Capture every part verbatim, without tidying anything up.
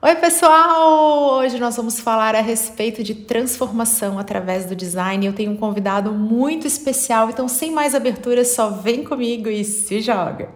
Oi, pessoal! Hoje nós vamos falar a respeito de transformação através do design. Eu tenho um convidado muito especial, então sem mais abertura, só vem comigo e se joga!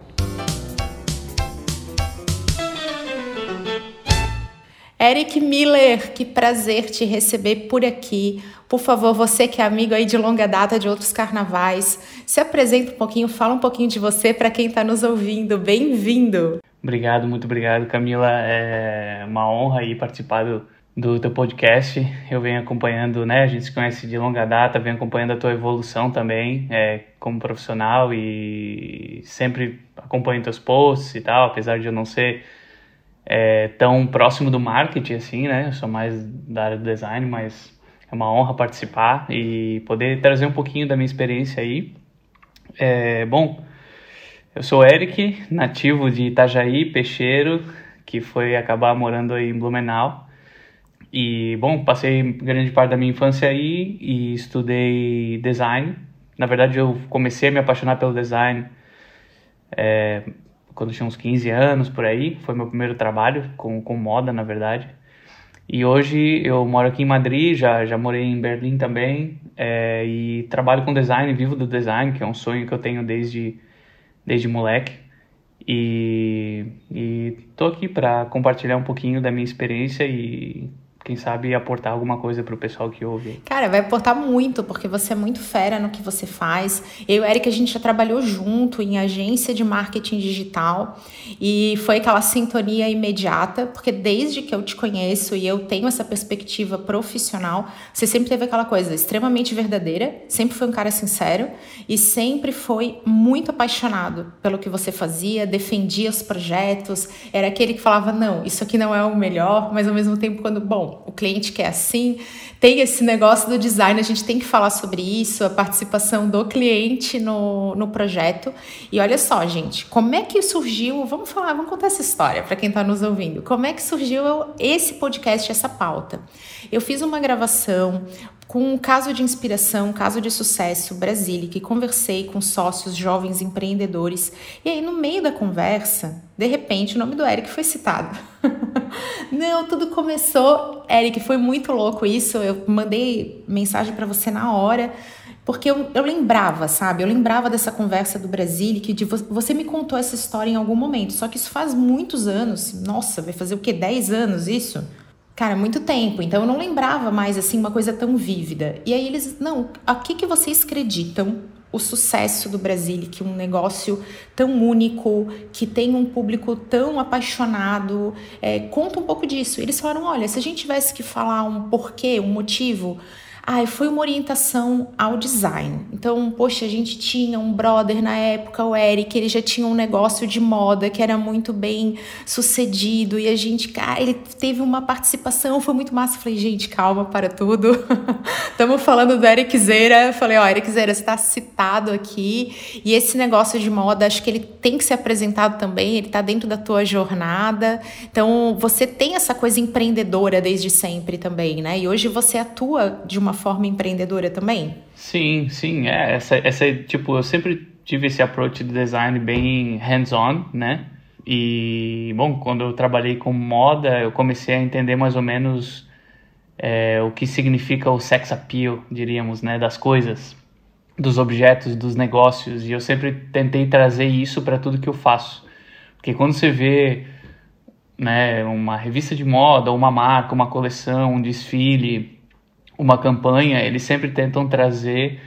Eric Miller, que prazer te receber por aqui. Por favor, você que é amigo aí de longa data de outros carnavais, se apresenta um pouquinho, fala um pouquinho de você para quem está nos ouvindo. Bem-vindo! Obrigado, muito obrigado, Camila. É uma honra aí participar do, do teu podcast. Eu venho acompanhando, né? A gente se conhece de longa data, venho acompanhando a tua evolução também é, como profissional e sempre acompanho teus posts e tal, apesar de eu não ser é, tão próximo do marketing assim, né? Eu sou mais da área do design, mas é uma honra participar e poder trazer um pouquinho da minha experiência aí. É, bom... Eu sou o Eric, nativo de Itajaí, peixeiro, que foi acabar morando aí em Blumenau. E, bom, passei grande parte da minha infância aí e estudei design. Na verdade, eu comecei a me apaixonar pelo design é, quando eu tinha uns quinze anos, por aí. Foi meu primeiro trabalho com, com moda, na verdade. E hoje eu moro aqui em Madrid, já, já morei em Berlim também. É, e trabalho com design, vivo do design, que é um sonho que eu tenho desde... desde moleque, e, e tô aqui para compartilhar um pouquinho da minha experiência e quem sabe aportar alguma coisa pro pessoal que ouve. Cara, vai aportar muito, porque você é muito fera no que você faz. Eu e o Eric, a gente já trabalhou junto em agência de marketing digital e foi aquela sintonia imediata, porque desde que eu te conheço e eu tenho essa perspectiva profissional, você sempre teve aquela coisa extremamente verdadeira, sempre foi um cara sincero e sempre foi muito apaixonado pelo que você fazia, defendia os projetos, era aquele que falava, não, isso aqui não é o melhor, mas ao mesmo tempo quando, bom, o cliente quer assim, tem esse negócio do design, a gente tem que falar sobre isso, a participação do cliente no, no projeto. E olha só, gente, como é que surgiu, vamos falar, vamos contar essa história para quem está nos ouvindo, como é que surgiu esse podcast, essa pauta? Eu fiz uma gravação com um caso de inspiração, um caso de sucesso, Brasília, que conversei com sócios jovens empreendedores, e aí no meio da conversa, de repente, o nome do Eric foi citado. Não, tudo começou, Eric, foi muito louco isso, eu mandei mensagem para você na hora, porque eu, eu lembrava, sabe, eu lembrava dessa conversa do Brasília, que de, você me contou essa história em algum momento, só que isso faz muitos anos, nossa, vai fazer o quê, dez anos isso? Cara, muito tempo, então eu não lembrava mais, assim, uma coisa tão vívida. E aí eles, não, a que que vocês acreditam o sucesso do Brasília, que um negócio tão único, que tem um público tão apaixonado, é, conta um pouco disso. Eles falaram, olha, se a gente tivesse que falar um porquê, um motivo... Ah, foi uma orientação ao design. Então, poxa, a gente tinha um brother na época, o Eric, ele já tinha um negócio de moda que era muito bem sucedido e a gente, cara, ele teve uma participação, foi muito massa. Eu falei, gente, calma, para tudo. Estamos falando do Eric Zeira. Eu falei, ó, Eric Zeira, você está citado aqui e esse negócio de moda, acho que ele tem que ser apresentado também, ele está dentro da tua jornada. Então, você tem essa coisa empreendedora desde sempre também, né? E hoje você atua de uma forma empreendedora também? Sim, sim, é, essa, essa, tipo, eu sempre tive esse approach de design bem hands-on, né, e, bom, quando eu trabalhei com moda, eu comecei a entender mais ou menos é, o que significa o sex appeal, diríamos, né, das coisas, dos objetos, dos negócios, e eu sempre tentei trazer isso para tudo que eu faço, porque quando você vê, né, uma revista de moda, uma marca, uma coleção, um desfile, uma campanha, eles sempre tentam trazer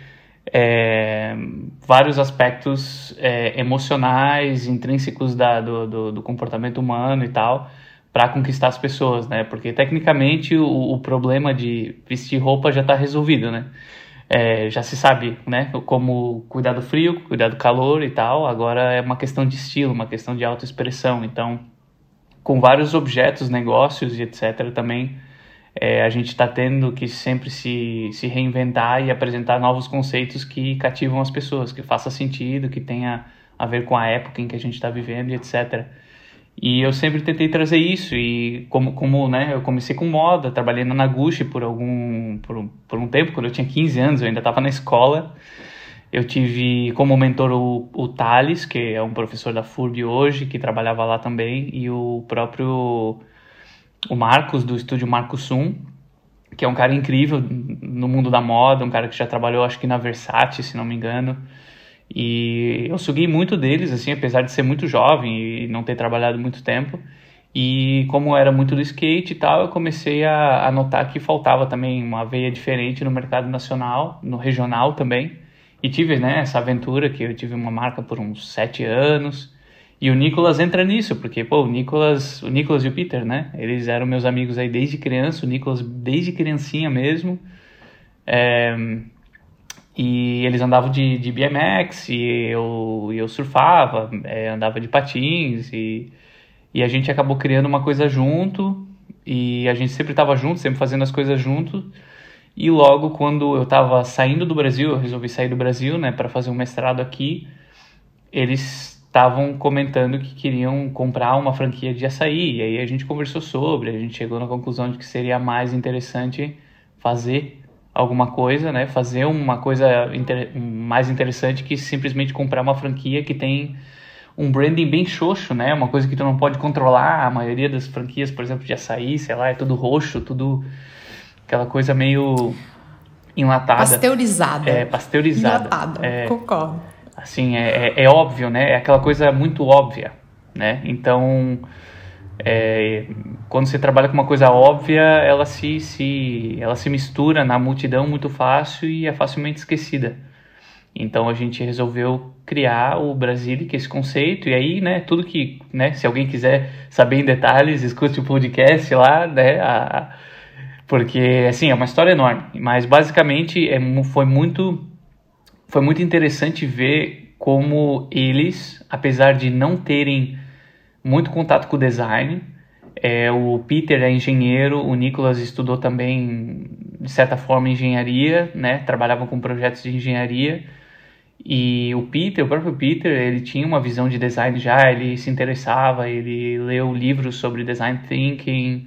é, vários aspectos é, emocionais, intrínsecos da, do, do, do comportamento humano e tal, para conquistar as pessoas, né? Porque tecnicamente o, o problema de vestir roupa já está resolvido, né? É, já se sabe, né? Como cuidar do frio, cuidar do calor e tal. Agora é uma questão de estilo, uma questão de autoexpressão. Então, com vários objetos, negócios e etcétera também. É, a gente está tendo que sempre se, se reinventar e apresentar novos conceitos que cativam as pessoas, que faça sentido, que tenha a ver com a época em que a gente está vivendo e etcétera. E eu sempre tentei trazer isso, e como, como né, eu comecei com moda, trabalhei na Naguchi por, algum, por, por um tempo, quando eu tinha quinze anos, eu ainda estava na escola. Eu tive como mentor o, o Thales, que é um professor da F U R B hoje, que trabalhava lá também, e o próprio... o Marcos, do estúdio Marcos Sun, que é um cara incrível no mundo da moda, um cara que já trabalhou, acho que na Versace, se não me engano. E eu suguei muito deles, assim, apesar de ser muito jovem e não ter trabalhado muito tempo. E como era muito do skate e tal, eu comecei a, a notar que faltava também uma veia diferente no mercado nacional, no regional também. E tive, né, essa aventura que eu tive uma marca por uns sete anos. E o Nicolas entra nisso, porque, pô, o Nicolas, o Nicolas e o Peter, né, eles eram meus amigos aí desde criança, o Nicolas desde criancinha mesmo. É... E eles andavam de, de B M X e eu, eu surfava, é, andava de patins e, e a gente acabou criando uma coisa junto e a gente sempre estava junto, sempre fazendo as coisas junto. E logo quando eu estava saindo do Brasil, eu resolvi sair do Brasil, né, para fazer um mestrado aqui, eles estavam comentando que queriam comprar uma franquia de açaí. E aí a gente conversou sobre, a gente chegou na conclusão de que seria mais interessante fazer alguma coisa, né? Fazer uma coisa inter... mais interessante que simplesmente comprar uma franquia que tem um branding bem xoxo, né? Uma coisa que tu não pode controlar. A maioria das franquias, por exemplo, de açaí, sei lá, é tudo roxo, tudo aquela coisa meio enlatada. Pasteurizada. É, pasteurizada. Enlatada, é, concordo. Assim, é, é, é óbvio, né? É aquela coisa muito óbvia, né? Então... É, quando você trabalha com uma coisa óbvia, ela se, se, ela se mistura na multidão muito fácil e é facilmente esquecida. Então a gente resolveu criar o Brasilic, esse conceito, e aí, né, tudo que, né, se alguém quiser saber em detalhes, escute o podcast lá, né, a, porque, assim, é uma história enorme, mas basicamente é, foi muito, foi muito interessante ver como eles, apesar de não terem muito contato com o design. É, o Peter é engenheiro, o Nicolas estudou também, de certa forma, engenharia, né? Trabalhava com projetos de engenharia. E o Peter, o próprio Peter, ele tinha uma visão de design já, ele se interessava, ele leu livros sobre design thinking.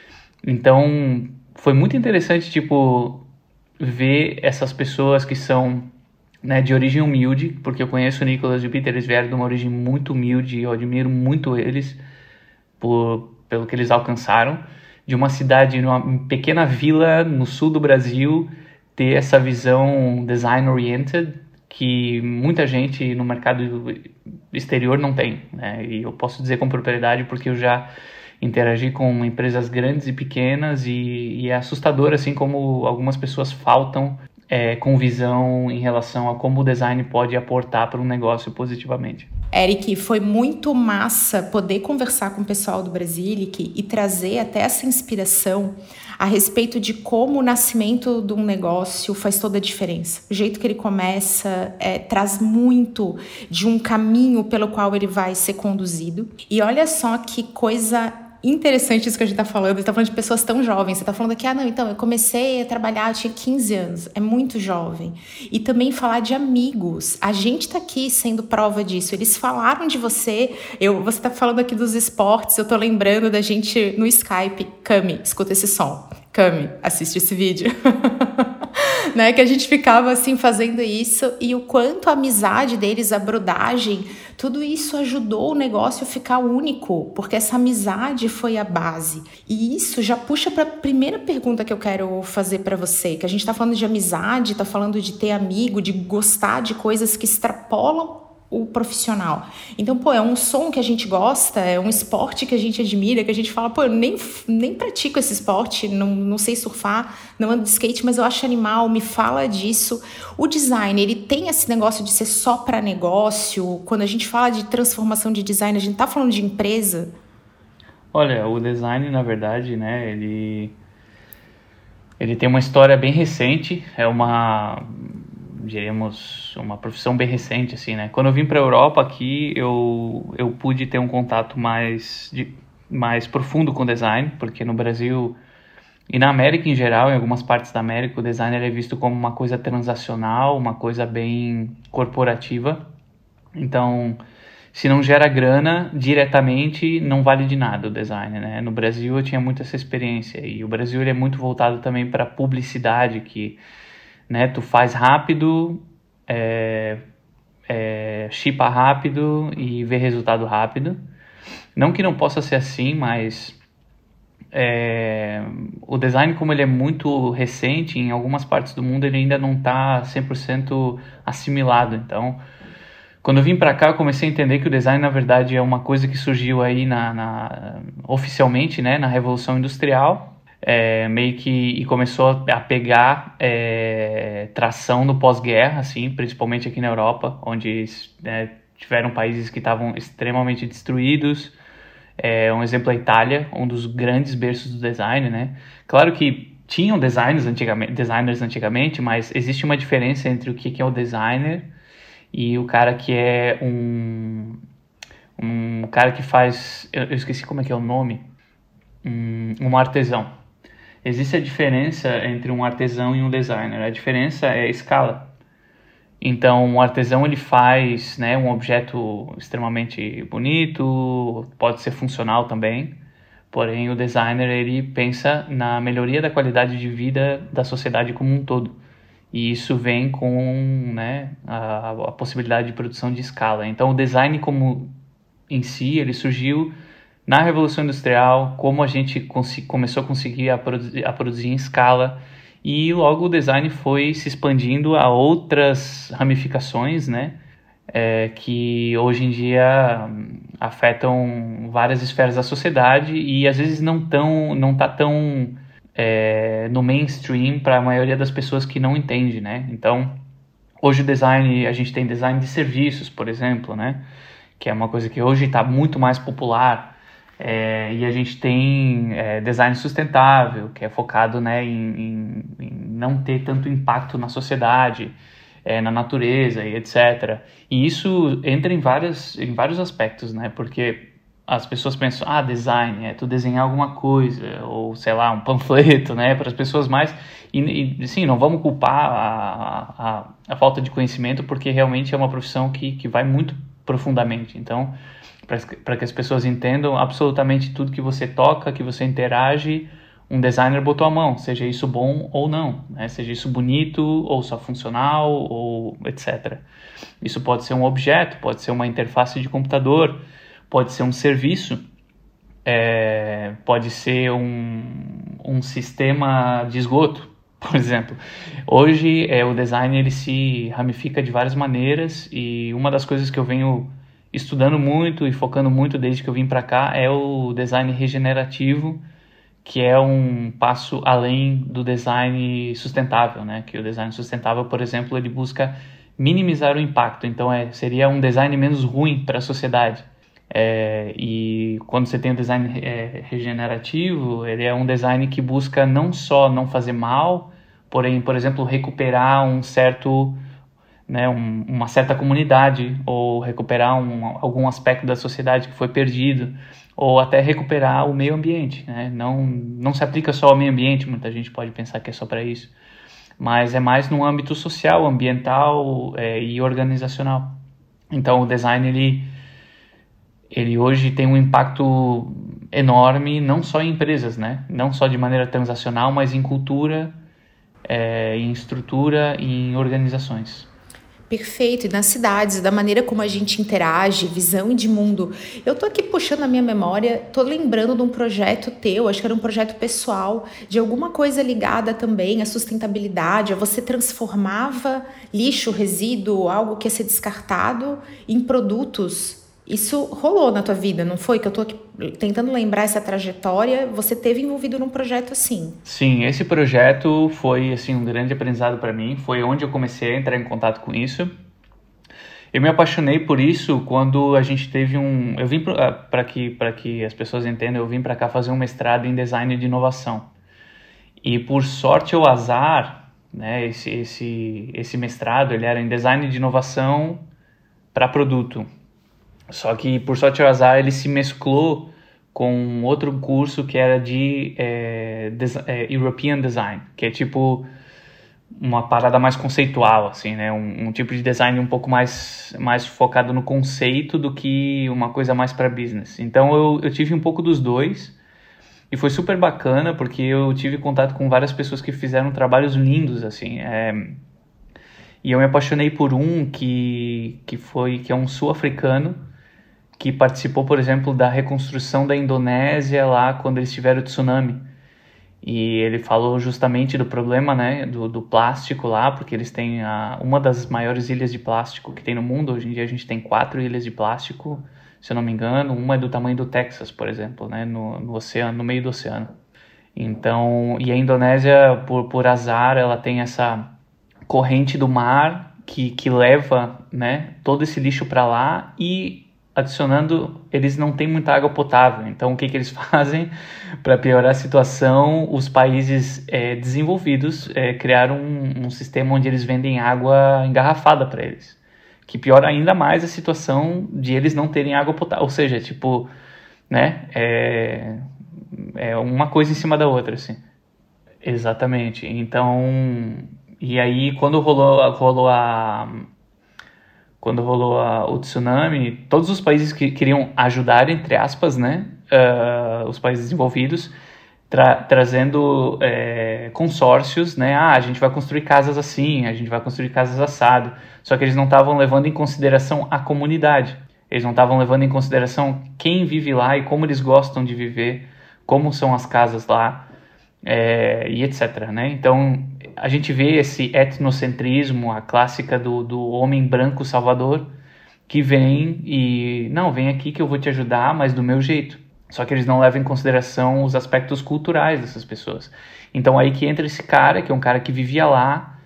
Então, foi muito interessante, tipo, ver essas pessoas que são, né, de origem humilde, porque eu conheço o Nicolas e o Peter, eles vieram de uma origem muito humilde e eu admiro muito eles por, pelo que eles alcançaram, de uma cidade, numa pequena vila no sul do Brasil, ter essa visão design-oriented que muita gente no mercado exterior não tem, né? E eu posso dizer com propriedade porque eu já interagi com empresas grandes e pequenas e, e é assustador assim como algumas pessoas faltam É, com visão em relação a como o design pode aportar para um negócio positivamente. Eric, foi muito massa poder conversar com o pessoal do Brasilic e trazer até essa inspiração a respeito de como o nascimento de um negócio faz toda a diferença. O jeito que ele começa é, traz muito de um caminho pelo qual ele vai ser conduzido. E olha só que coisa interessante isso que a gente tá falando. A gente tá falando de pessoas tão jovens. Você tá falando aqui, ah, não, então, eu comecei a trabalhar, eu tinha quinze anos. É muito jovem. E também falar de amigos. A gente tá aqui sendo prova disso. Eles falaram de você. Eu, você tá falando aqui dos esportes. Eu tô lembrando da gente no Skype. Cami, escuta esse som. Cami, assiste esse vídeo. Né, que a gente ficava assim fazendo isso e o quanto a amizade deles, a brodagem, tudo isso ajudou o negócio a ficar único, porque essa amizade foi a base. E isso já puxa para a primeira pergunta que eu quero fazer para você, que a gente está falando de amizade, está falando de ter amigo, de gostar de coisas que extrapolam o profissional. Então, pô, é um som que a gente gosta, é um esporte que a gente admira, que a gente fala, pô, eu nem, nem pratico esse esporte, não, não sei surfar, não ando de skate, mas eu acho animal, me fala disso. O design, ele tem esse negócio de ser só para negócio? Quando a gente fala de transformação de design, a gente tá falando de empresa? Olha, o design, na verdade, né, ele, ele tem uma história bem recente, é uma... diríamos, uma profissão bem recente, assim, né? Quando eu vim para a Europa aqui, eu, eu pude ter um contato mais, de, mais profundo com o design, porque no Brasil e na América em geral, em algumas partes da América, o design é visto como uma coisa transacional, uma coisa bem corporativa. Então, se não gera grana diretamente, não vale de nada o design, né? No Brasil eu tinha muito essa experiência, e o Brasil ele é muito voltado também para publicidade, que, né, tu faz rápido, é, é, shipa rápido e vê resultado rápido. Não que não possa ser assim, mas é, o design, como ele é muito recente, em algumas partes do mundo ele ainda não está cem por cento assimilado. Então, quando eu vim para cá, eu comecei a entender que o design, na verdade, é uma coisa que surgiu aí na, na, oficialmente, né, na Revolução Industrial, é, meio que e começou a pegar é, tração no pós-guerra, assim, principalmente aqui na Europa, onde né, tiveram países que estavam extremamente destruídos. É, um exemplo é a Itália, um dos grandes berços do design, né? Claro que tinham designers antigamente, designers antigamente, mas existe uma diferença entre o que é o designer e o cara que é um, um cara que faz, eu, eu esqueci como é que é o nome, um, um artesão. Existe a diferença entre um artesão e um designer. A diferença é a escala. Então, um artesão ele faz, né, um objeto extremamente bonito, pode ser funcional também. Porém, o designer ele pensa na melhoria da qualidade de vida da sociedade como um todo. E isso vem com, né, a, a possibilidade de produção de escala. Então, o design como em si, ele surgiu na Revolução Industrial, como a gente começou a conseguir a produzir, a produzir em escala, e logo o design foi se expandindo a outras ramificações, né, é, que hoje em dia afetam várias esferas da sociedade e às vezes não tão, não tá tão é, no mainstream para a maioria das pessoas que não entende, né? Então, hoje o design, a gente tem design de serviços, por exemplo, né, que é uma coisa que hoje está muito mais popular. É, e a gente tem é, design sustentável, que é focado, né, em, em, em não ter tanto impacto na sociedade, é, na natureza e etcétera. E isso entra em, várias, em vários aspectos, né, porque as pessoas pensam, ah, design é tu desenhar alguma coisa, ou sei lá, um panfleto, né, para as pessoas mais... E, e sim, não vamos culpar a, a, a falta de conhecimento, porque realmente é uma profissão que, que vai muito profundamente. Então, para que as pessoas entendam absolutamente tudo que você toca, que você interage, um designer botou a mão, seja isso bom ou não, né? Seja isso bonito ou só funcional, ou etcétera. Isso pode ser um objeto, pode ser uma interface de computador, pode ser um serviço, é, pode ser um, um sistema de esgoto, por exemplo. Hoje, é, o design ele se ramifica de várias maneiras e uma das coisas que eu venho estudando muito e focando muito desde que eu vim para cá é o design regenerativo, que é um passo além do design sustentável, né? Que o design sustentável, por exemplo, ele busca minimizar o impacto. Então, é, seria um design menos ruim para a sociedade. É, e quando você tem o design é, regenerativo, ele é um design que busca não só não fazer mal, porém, por exemplo, recuperar um certo... Né, um, uma certa comunidade, ou recuperar um, algum aspecto da sociedade que foi perdido, ou até recuperar o meio ambiente, né? Não, não se aplica só ao meio ambiente, muita gente pode pensar que é só para isso, mas é mais no âmbito social, ambiental é, e organizacional. Então o design ele, ele hoje tem um impacto enorme, não só em empresas, né? Não só de maneira transacional, mas em cultura, é, em estrutura e em organizações. Perfeito, e nas cidades, da maneira como a gente interage, visão de mundo. Eu tô aqui puxando a minha memória, tô lembrando de um projeto teu, acho que era um projeto pessoal, de alguma coisa ligada também à sustentabilidade, a você transformava lixo, resíduo, algo que ia ser descartado em produtos. Isso rolou na tua vida, não foi? Que eu tô aqui tentando lembrar essa trajetória, você teve envolvido num projeto assim. Sim, esse projeto foi assim um grande aprendizado para mim, foi onde eu comecei a entrar em contato com isso. Eu me apaixonei por isso quando a gente teve um... Eu vim para que, para que as pessoas entendam, eu vim para cá fazer um mestrado em design de inovação. E por sorte ou azar, né, esse, esse, esse mestrado ele era em design de inovação para produto. Só que, por sorte ou azar, ele se mesclou com outro curso que era de é, des- é, European Design, que é tipo uma parada mais conceitual, assim, né? Um, um tipo de design um pouco mais, mais focado no conceito do que uma coisa mais para business. Então, eu, eu tive um pouco dos dois e foi super bacana porque eu tive contato com várias pessoas que fizeram trabalhos lindos, assim, é, e eu me apaixonei por um que, que, foi, que é um sul-africano, que participou, por exemplo, da reconstrução da Indonésia lá quando eles tiveram o tsunami. E ele falou justamente do problema, né, do, do plástico lá, porque eles têm a, uma das maiores ilhas de plástico que tem no mundo. Hoje em dia a gente tem quatro ilhas de plástico, se eu não me engano. Uma é do tamanho do Texas, por exemplo, né, no, no oceano, no meio do oceano. Então, e a Indonésia, por, por azar, ela tem essa corrente do mar que, que leva, né, todo esse lixo para lá, e adicionando, eles não têm muita água potável. Então, o que, que eles fazem para piorar a situação? Os países é, desenvolvidos é, criaram um, um sistema onde eles vendem água engarrafada para eles, que piora ainda mais a situação de eles não terem água potável. Ou seja, tipo, né, é, é uma coisa em cima da outra, assim. Exatamente. Então, e aí quando rolou, rolou a quando rolou a, o tsunami, todos os países que queriam ajudar, entre aspas, né, uh, os países desenvolvidos, tra- trazendo é, consórcios, né, ah, a gente vai construir casas assim, a gente vai construir casas assado, só que eles não estavam levando em consideração a comunidade, eles não estavam levando em consideração quem vive lá e como eles gostam de viver, como são as casas lá, é, e etcétera, né? Então, a gente vê esse etnocentrismo, a clássica do, do homem branco salvador, que vem e, não, vem aqui que eu vou te ajudar, mas do meu jeito. Só que eles não levam em consideração os aspectos culturais dessas pessoas. Então, aí que entra esse cara, que é um cara que vivia lá,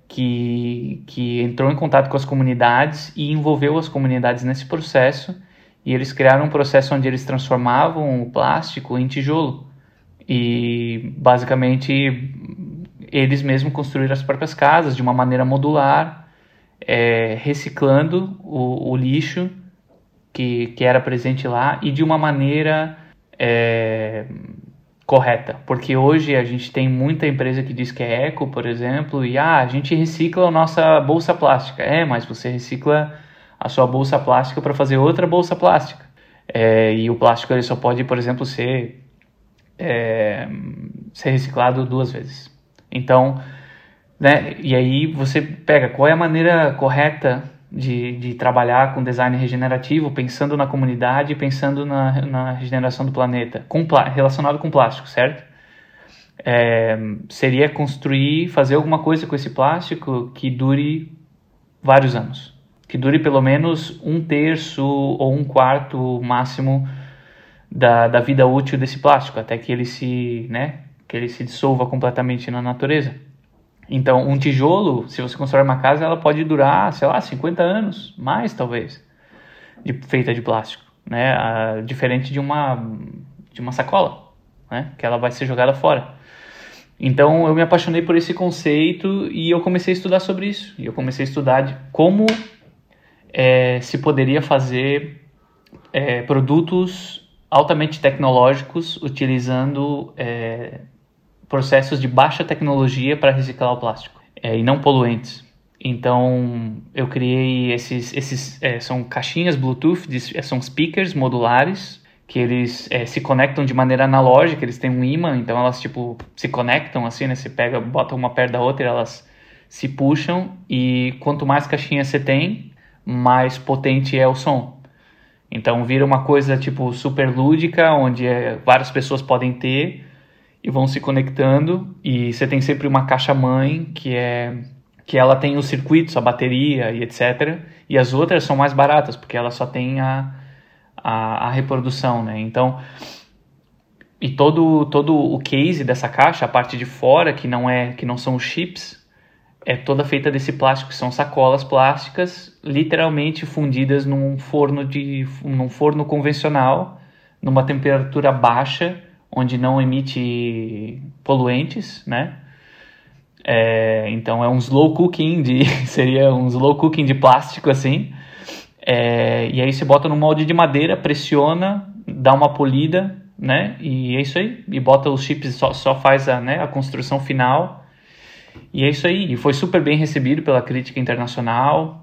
que, que entrou em contato com as comunidades e envolveu as comunidades nesse processo, e eles criaram um processo onde eles transformavam o plástico em tijolo. E, basicamente, eles mesmos construíram as próprias casas de uma maneira modular, é, reciclando o, o lixo que, que era presente lá e de uma maneira é, correta. Porque hoje a gente tem muita empresa que diz que é eco, por exemplo, e ah, a gente recicla a nossa bolsa plástica. É, mas você recicla a sua bolsa plástica para fazer outra bolsa plástica. É, e o plástico ele só pode, por exemplo, ser, é, ser reciclado duas vezes. Então, né, e aí você pega qual é a maneira correta de, de trabalhar com design regenerativo, pensando na comunidade, pensando na, na regeneração do planeta, com, relacionado com plástico, certo? É, seria construir, fazer alguma coisa com esse plástico que dure vários anos, que dure pelo menos um terço ou um quarto máximo da, da vida útil desse plástico, até que ele se, né, que ele se dissolva completamente na natureza. Então, um tijolo, se você constrói uma casa, ela pode durar, sei lá, cinquenta anos, mais talvez, de, feita de plástico, né? Ah, diferente de uma, de uma sacola, né? Que ela vai ser jogada fora. Então, eu me apaixonei por esse conceito e eu comecei a estudar sobre isso. E eu comecei a estudar de como é, se poderia fazer é, produtos altamente tecnológicos utilizando é, processos de baixa tecnologia para reciclar o plástico é, e não poluentes. Então, eu criei esses, esses é, são caixinhas Bluetooth, são speakers modulares que eles é, se conectam de maneira analógica, eles têm um ímã, então elas tipo se conectam assim, né? Você pega, bota uma perto da outra, elas se puxam e quanto mais caixinhas você tem, mais potente é o som. Então vira uma coisa tipo super lúdica, onde é, várias pessoas podem ter e vão se conectando, e você tem sempre uma caixa mãe que é que ela tem os circuitos, a bateria e etcétera. E as outras são mais baratas porque ela só tem a, a, a reprodução, né? Então, e todo todo o case dessa caixa, a parte de fora que não é que não são os chips, é toda feita desse plástico, que são sacolas plásticas, literalmente fundidas num forno de num forno convencional, numa temperatura baixa, onde não emite poluentes, né? É, então é um slow cooking de seria um slow cooking de plástico assim. É, e aí você bota no molde de madeira, pressiona, dá uma polida, né? E é isso aí. E bota os chips, só, só faz a, né, a construção final. E é isso aí. E foi super bem recebido pela crítica internacional.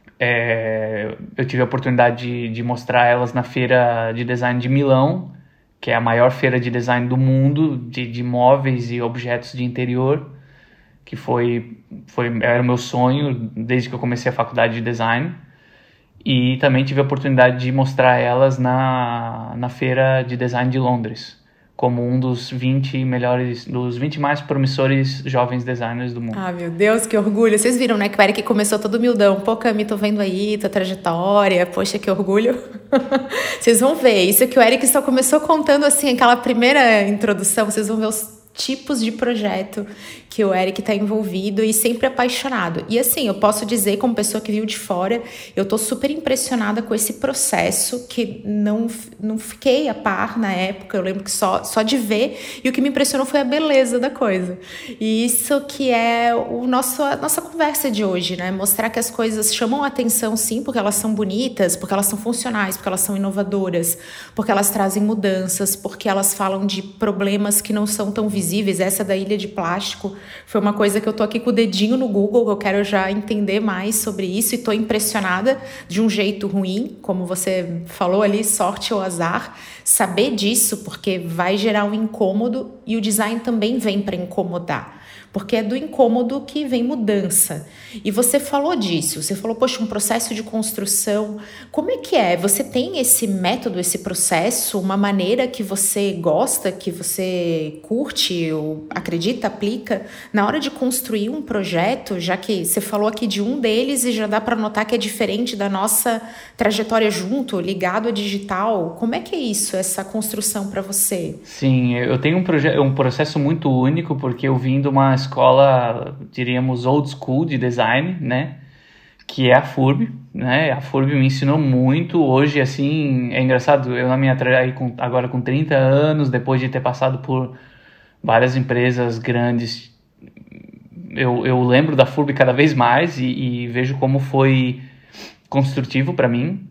É, eu tive a oportunidade de, de mostrar elas na feira de design de Milão, que é a maior feira de design do mundo, de, de móveis e objetos de interior, que foi, foi, era o meu sonho desde que eu comecei a faculdade de design. e também tive a oportunidade de mostrar elas na, na Feira de Design de Londres, como um dos vinte melhores, dos vinte mais promissores jovens designers do mundo. Ah, meu Deus, que orgulho. Vocês viram, né, que o Eric começou todo humildão. Pô, Cami, tô vendo aí tua trajetória. Poxa, que orgulho. Vocês vão ver. Isso que o Eric só começou contando, assim, aquela primeira introdução. Vocês vão ver os tipos de projeto que o Eric está envolvido e sempre apaixonado. E assim, eu posso dizer, como pessoa que viu de fora, eu tô super impressionada com esse processo, que não, não fiquei a par na época, eu lembro que só, só de ver, e o que me impressionou foi a beleza da coisa. E isso que é o nosso, a nossa conversa de hoje, né? Mostrar que as coisas chamam a atenção, sim, porque elas são bonitas, porque elas são funcionais, porque elas são inovadoras, porque elas trazem mudanças, porque elas falam de problemas que não são tão visíveis. Essa da ilha de plástico foi uma coisa que eu tô aqui com o dedinho no Google, eu quero já entender mais sobre isso e tô impressionada de um jeito ruim, como você falou ali, sorte ou azar, saber disso, porque vai gerar um incômodo e o design também vem para incomodar. Porque é do incômodo que vem mudança. E você falou disso, você falou, poxa, um processo de construção. Como é que é? Você tem esse método, esse processo, uma maneira que você gosta, que você curte ou acredita, aplica, na hora de construir um projeto, já que você falou aqui de um deles e já dá para notar que é diferente da nossa trajetória junto, ligado a digital. Como é que é isso, essa construção para você? Sim, eu tenho um, proje- um processo muito único, porque eu vim de uma escola, diríamos, old school de design, né, que é a F U R B, né, a F U R B me ensinou muito. Hoje, assim, é engraçado, eu na minha trajetória, agora com trinta anos, depois de ter passado por várias empresas grandes, eu, eu lembro da F U R B cada vez mais e, e vejo como foi construtivo para mim,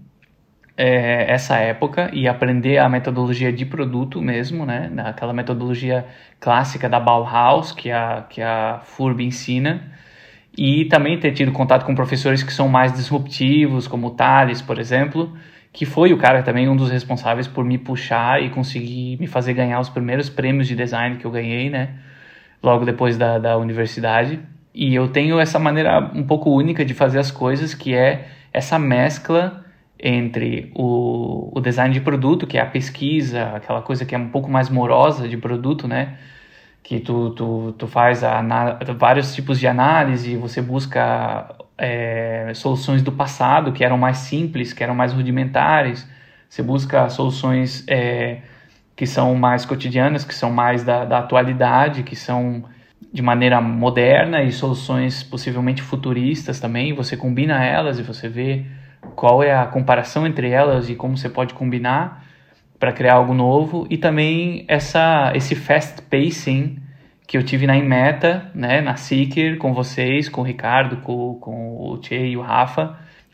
É, essa época, e aprender a metodologia de produto mesmo, né? Aquela metodologia clássica da Bauhaus, que a, que a F U R B ensina, e também ter tido contato com professores que são mais disruptivos, como o Thales, por exemplo, que foi o cara também um dos responsáveis por me puxar e conseguir me fazer ganhar os primeiros prêmios de design que eu ganhei, né? Logo depois da, da universidade. E eu tenho essa maneira um pouco única de fazer as coisas, que é essa mescla entre o, o design de produto, que é a pesquisa, aquela coisa que é um pouco mais morosa de produto, né? Que tu, tu, tu faz a, vários tipos de análise, você busca é, soluções do passado, que eram mais simples, que eram mais rudimentares, você busca soluções é, que são mais cotidianas, que são mais da, da atualidade, que são de maneira moderna, e soluções possivelmente futuristas também, você combina elas e você vê qual é a comparação entre elas e como você pode combinar para criar algo novo. E também essa, esse fast pacing que eu tive na Inmeta, né, na Seeker, com vocês, com o Ricardo, com, com o Tchê e o Rafa,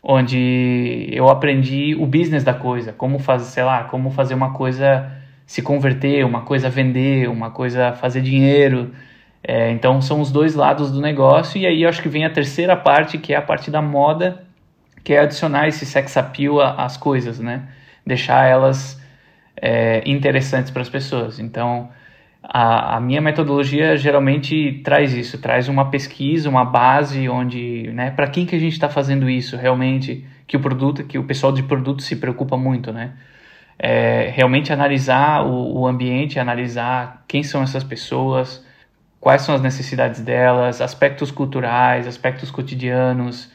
onde eu aprendi o business da coisa, como fazer, sei lá, como fazer uma coisa se converter, uma coisa vender, uma coisa fazer dinheiro. É, então são os dois lados do negócio. E aí eu acho que vem a terceira parte, que é a parte da moda, que é adicionar esse sex appeal às coisas, né? Deixar elas é, interessantes para as pessoas. Então, a, a minha metodologia geralmente traz isso, traz uma pesquisa, uma base onde, né? Para quem que a gente está fazendo isso realmente, que o produto, que o pessoal de produto se preocupa muito, né? É, realmente analisar o, o ambiente, analisar quem são essas pessoas, quais são as necessidades delas, aspectos culturais, aspectos cotidianos,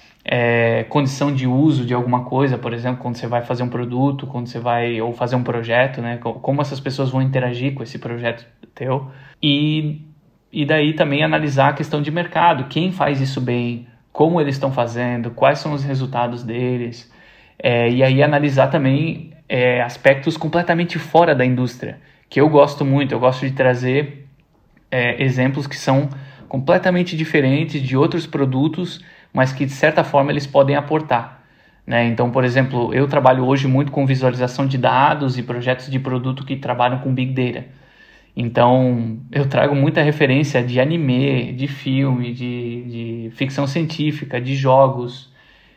É, condição de uso de alguma coisa, por exemplo, quando você vai fazer um produto, quando você vai ou fazer um projeto, né? Como essas pessoas vão interagir com esse projeto teu. E, e daí também analisar a questão de mercado, quem faz isso bem, como eles estão fazendo, quais são os resultados deles. É, e aí analisar também é, aspectos completamente fora da indústria, que eu gosto muito. Eu gosto de trazer é, exemplos que são completamente diferentes de outros produtos, mas que de certa forma eles podem aportar, né? Então, por exemplo, eu trabalho hoje muito com visualização de dados e projetos de produto que trabalham com Big Data. Então, eu trago muita referência de anime, de filme, de, de ficção científica, de jogos,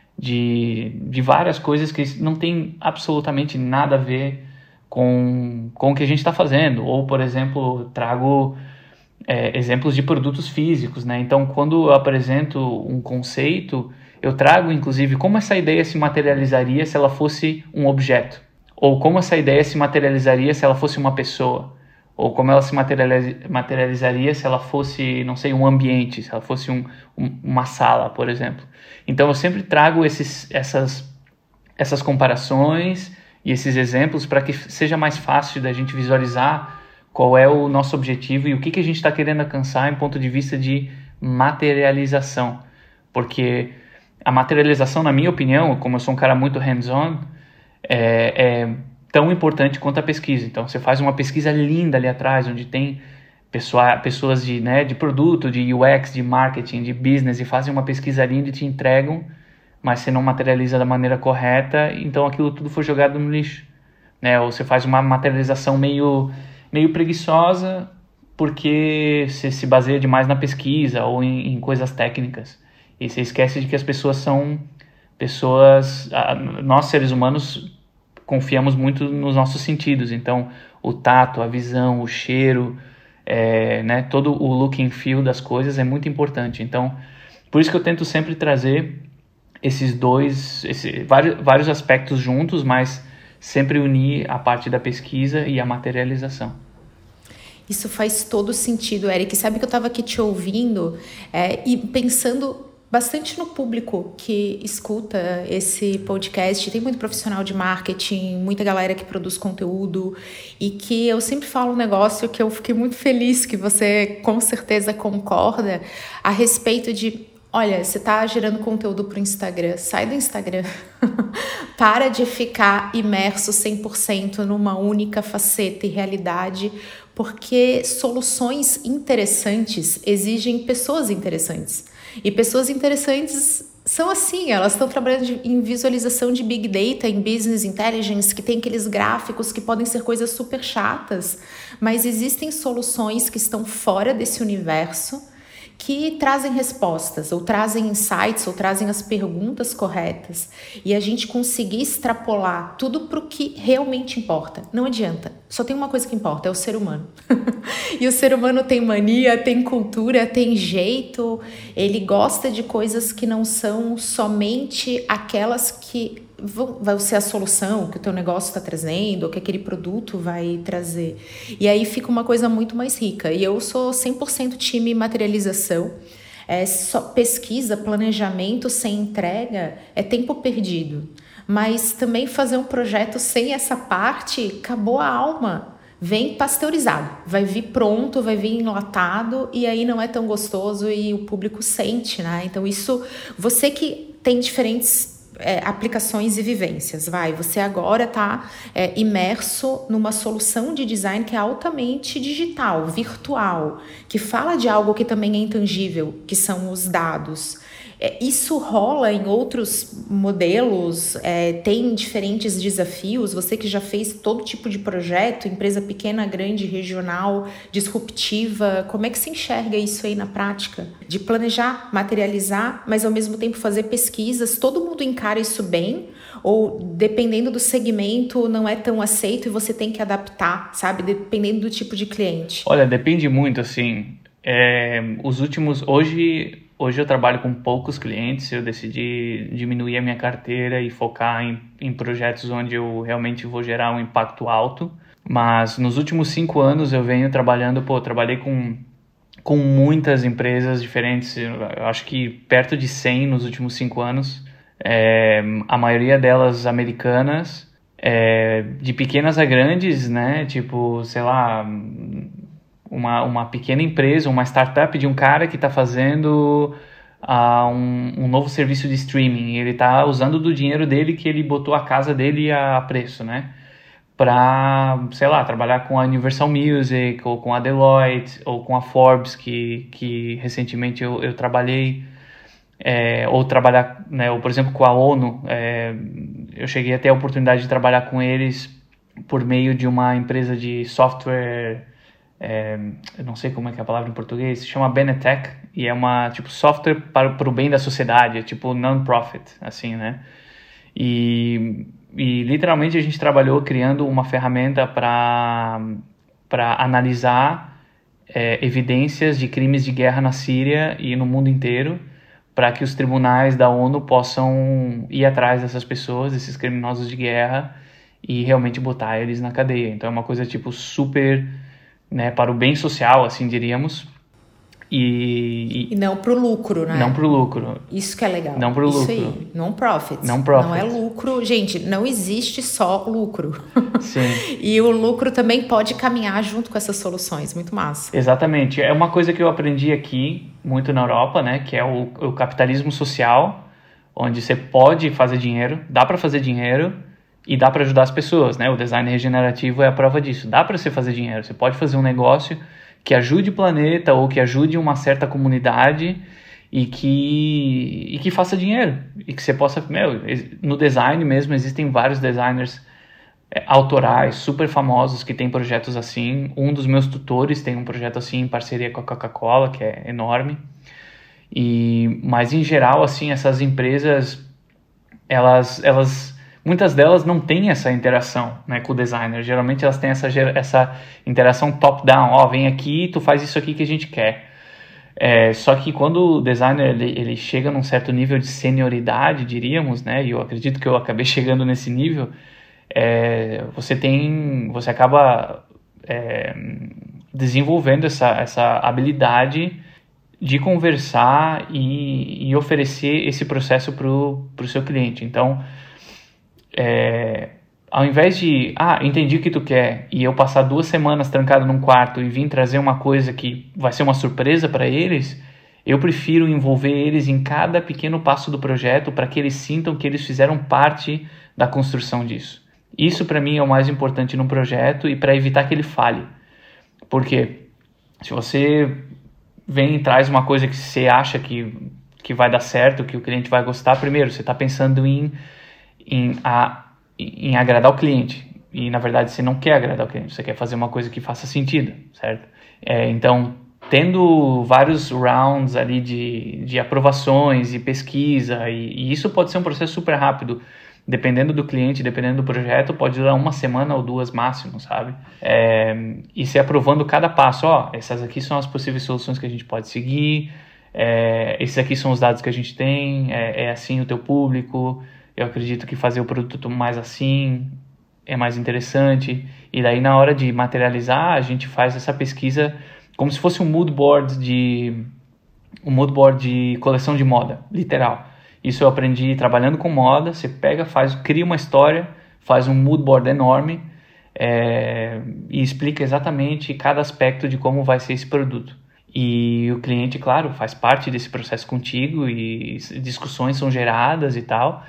de, de várias coisas que não tem absolutamente nada a ver com, com o que a gente está fazendo. Ou, por exemplo, trago É, exemplos de produtos físicos, né? Então, quando eu apresento um conceito, eu trago, inclusive, como essa ideia se materializaria se ela fosse um objeto, ou como essa ideia se materializaria se ela fosse uma pessoa, ou como ela se materializaria se ela fosse, não sei, um ambiente, se ela fosse um, um, uma sala, por exemplo. Então, eu sempre trago esses, essas, essas comparações e esses exemplos para que seja mais fácil da gente visualizar qual é o nosso objetivo e o que, que a gente está querendo alcançar em ponto de vista de materialização. Porque a materialização, na minha opinião, como eu sou um cara muito hands-on, é, é tão importante quanto a pesquisa. Então, você faz uma pesquisa linda ali atrás, onde tem pessoa, pessoas de, né, de produto, de U X, de marketing, de business, e fazem uma pesquisa linda e te entregam, mas você não materializa da maneira correta, então aquilo tudo foi jogado no lixo. Né? Ou você faz uma materialização meio, meio preguiçosa, porque você se baseia demais na pesquisa ou em, em coisas técnicas. E você esquece de que as pessoas são pessoas... Nós, seres humanos, confiamos muito nos nossos sentidos. Então, o tato, a visão, o cheiro, é, né, todo o look and feel das coisas é muito importante. Então, por isso que eu tento sempre trazer esses dois, esse, vários, vários aspectos juntos, mas sempre unir a parte da pesquisa e a materialização. Isso faz todo sentido, Eric. Sabe que eu estava aqui te ouvindo é, e pensando bastante no público que escuta esse podcast. Tem muito profissional de marketing, muita galera que produz conteúdo, e que eu sempre falo um negócio que eu fiquei muito feliz que você com certeza concorda a respeito de: olha, você está gerando conteúdo para o Instagram, sai do Instagram. Para de ficar imerso cem por cento numa única faceta e realidade, porque soluções interessantes exigem pessoas interessantes. E pessoas interessantes são assim, elas estão trabalhando em visualização de Big Data, em Business Intelligence, que tem aqueles gráficos que podem ser coisas super chatas, mas existem soluções que estão fora desse universo, que trazem respostas, ou trazem insights, ou trazem as perguntas corretas, e a gente conseguir extrapolar tudo para o que realmente importa. Não adianta, só tem uma coisa que importa, é o ser humano. E o ser humano tem mania, tem cultura, tem jeito, ele gosta de coisas que não são somente aquelas que vão, vão ser a solução que o teu negócio está trazendo, ou que aquele produto vai trazer. E aí fica uma coisa muito mais rica. E eu sou cem por cento time materialização. É só pesquisa, planejamento sem entrega é tempo perdido. Mas também fazer um projeto sem essa parte, acabou a alma. Vem pasteurizado, vai vir pronto, vai vir enlatado, e aí não é tão gostoso e o público sente, né? Então isso, você que tem diferentes é, aplicações e vivências, vai, você agora está é, imerso numa solução de design que é altamente digital, virtual, que fala de algo que também é intangível, que são os dados. Isso rola em outros modelos, é, tem diferentes desafios. Você que já fez todo tipo de projeto, empresa pequena, grande, regional, disruptiva, como é que se enxerga isso aí na prática? De planejar, materializar, mas ao mesmo tempo fazer pesquisas, todo mundo encara isso bem? Ou dependendo do segmento não é tão aceito e você tem que adaptar, sabe? Dependendo do tipo de cliente. Olha, depende muito, assim, é, os últimos, hoje... Hoje eu trabalho com poucos clientes, eu decidi diminuir a minha carteira e focar em, em projetos onde eu realmente vou gerar um impacto alto. Mas nos últimos cinco anos eu venho trabalhando, pô, trabalhei com, com muitas empresas diferentes, eu acho que perto de cem nos últimos cinco anos. É, a maioria delas americanas, é, de pequenas a grandes, né, tipo, sei lá... Uma, uma pequena empresa, uma startup de um cara que está fazendo uh, um, um novo serviço de streaming. Ele está usando do dinheiro dele que ele botou a casa dele a preço, né? Para, sei lá, trabalhar com a Universal Music, ou com a Deloitte, ou com a Forbes, que, que recentemente eu, eu trabalhei. É, ou trabalhar, né, ou, por exemplo, com a ONU. É, eu cheguei a ter a oportunidade de trabalhar com eles por meio de uma empresa de software... É, eu não sei como é que é a palavra em português, se chama Benetech, e é uma, tipo, software para, para o bem da sociedade, é tipo non-profit, assim, né? E, e literalmente a gente trabalhou criando uma ferramenta para para analisar é, evidências de crimes de guerra na Síria e no mundo inteiro, para que os tribunais da ONU possam ir atrás dessas pessoas, desses criminosos de guerra, e realmente botar eles na cadeia. Então é uma coisa tipo super, né, para o bem social, assim diríamos. E, e, e não para o lucro, né? Não para o lucro. Isso que é legal. Não para o lucro. Isso aí, non-profit. Não profit. Não é lucro. Gente, não existe só lucro. Sim. E o lucro também pode caminhar junto com essas soluções. Muito massa. Exatamente. É uma coisa que eu aprendi aqui, muito na Europa, né? Que é o, o capitalismo social, onde você pode fazer dinheiro, dá para fazer dinheiro e dá para ajudar as pessoas, né? O design regenerativo é a prova disso. Dá para você fazer dinheiro. Você pode fazer um negócio que ajude o planeta ou que ajude uma certa comunidade e que, e que faça dinheiro. E que você possa... Meu, no design mesmo existem vários designers é, autorais super famosos que têm projetos assim. Um dos meus tutores tem um projeto assim em parceria com a Coca-Cola, que é enorme. E, mas em geral, assim, essas empresas, elas... elas muitas delas não têm essa interação, né, com o designer. Geralmente elas têm essa, essa interação top-down. Ó, oh, vem aqui, tu faz isso aqui que a gente quer. É, só que quando o designer ele, ele chega num certo nível de senioridade, diríamos, né, e eu acredito que eu acabei chegando nesse nível, é, você tem, você acaba é, desenvolvendo essa, essa habilidade de conversar e, e oferecer esse processo para o seu cliente. Então, É, ao invés de, ah, entendi o que tu quer, e eu passar duas semanas trancado num quarto e vir trazer uma coisa que vai ser uma surpresa para eles, eu prefiro envolver eles em cada pequeno passo do projeto para que eles sintam que eles fizeram parte da construção disso. Isso para mim é o mais importante num projeto e para evitar que ele falhe. Porque se você vem e traz uma coisa que você acha que, que vai dar certo, que o cliente vai gostar, primeiro, você está pensando em Em, a, em agradar o cliente. E, na verdade, você não quer agradar o cliente. Você quer fazer uma coisa que faça sentido, certo? É, então, tendo vários rounds ali de, de aprovações e pesquisa, e, e isso pode ser um processo super rápido. Dependendo do cliente, dependendo do projeto, pode durar uma semana ou duas máximo, sabe? É, e se aprovando cada passo. Ó, essas aqui são as possíveis soluções que a gente pode seguir. É, esses aqui são os dados que a gente tem. É, é assim o teu público. Eu acredito que fazer o produto mais assim é mais interessante. E daí, na hora de materializar, a gente faz essa pesquisa como se fosse um mood board de, um mood board de coleção de moda, literal. Isso eu aprendi trabalhando com moda. Você pega, faz, cria uma história, faz um mood board enorme é, e explica exatamente cada aspecto de como vai ser esse produto. E o cliente, claro, faz parte desse processo contigo e discussões são geradas e tal.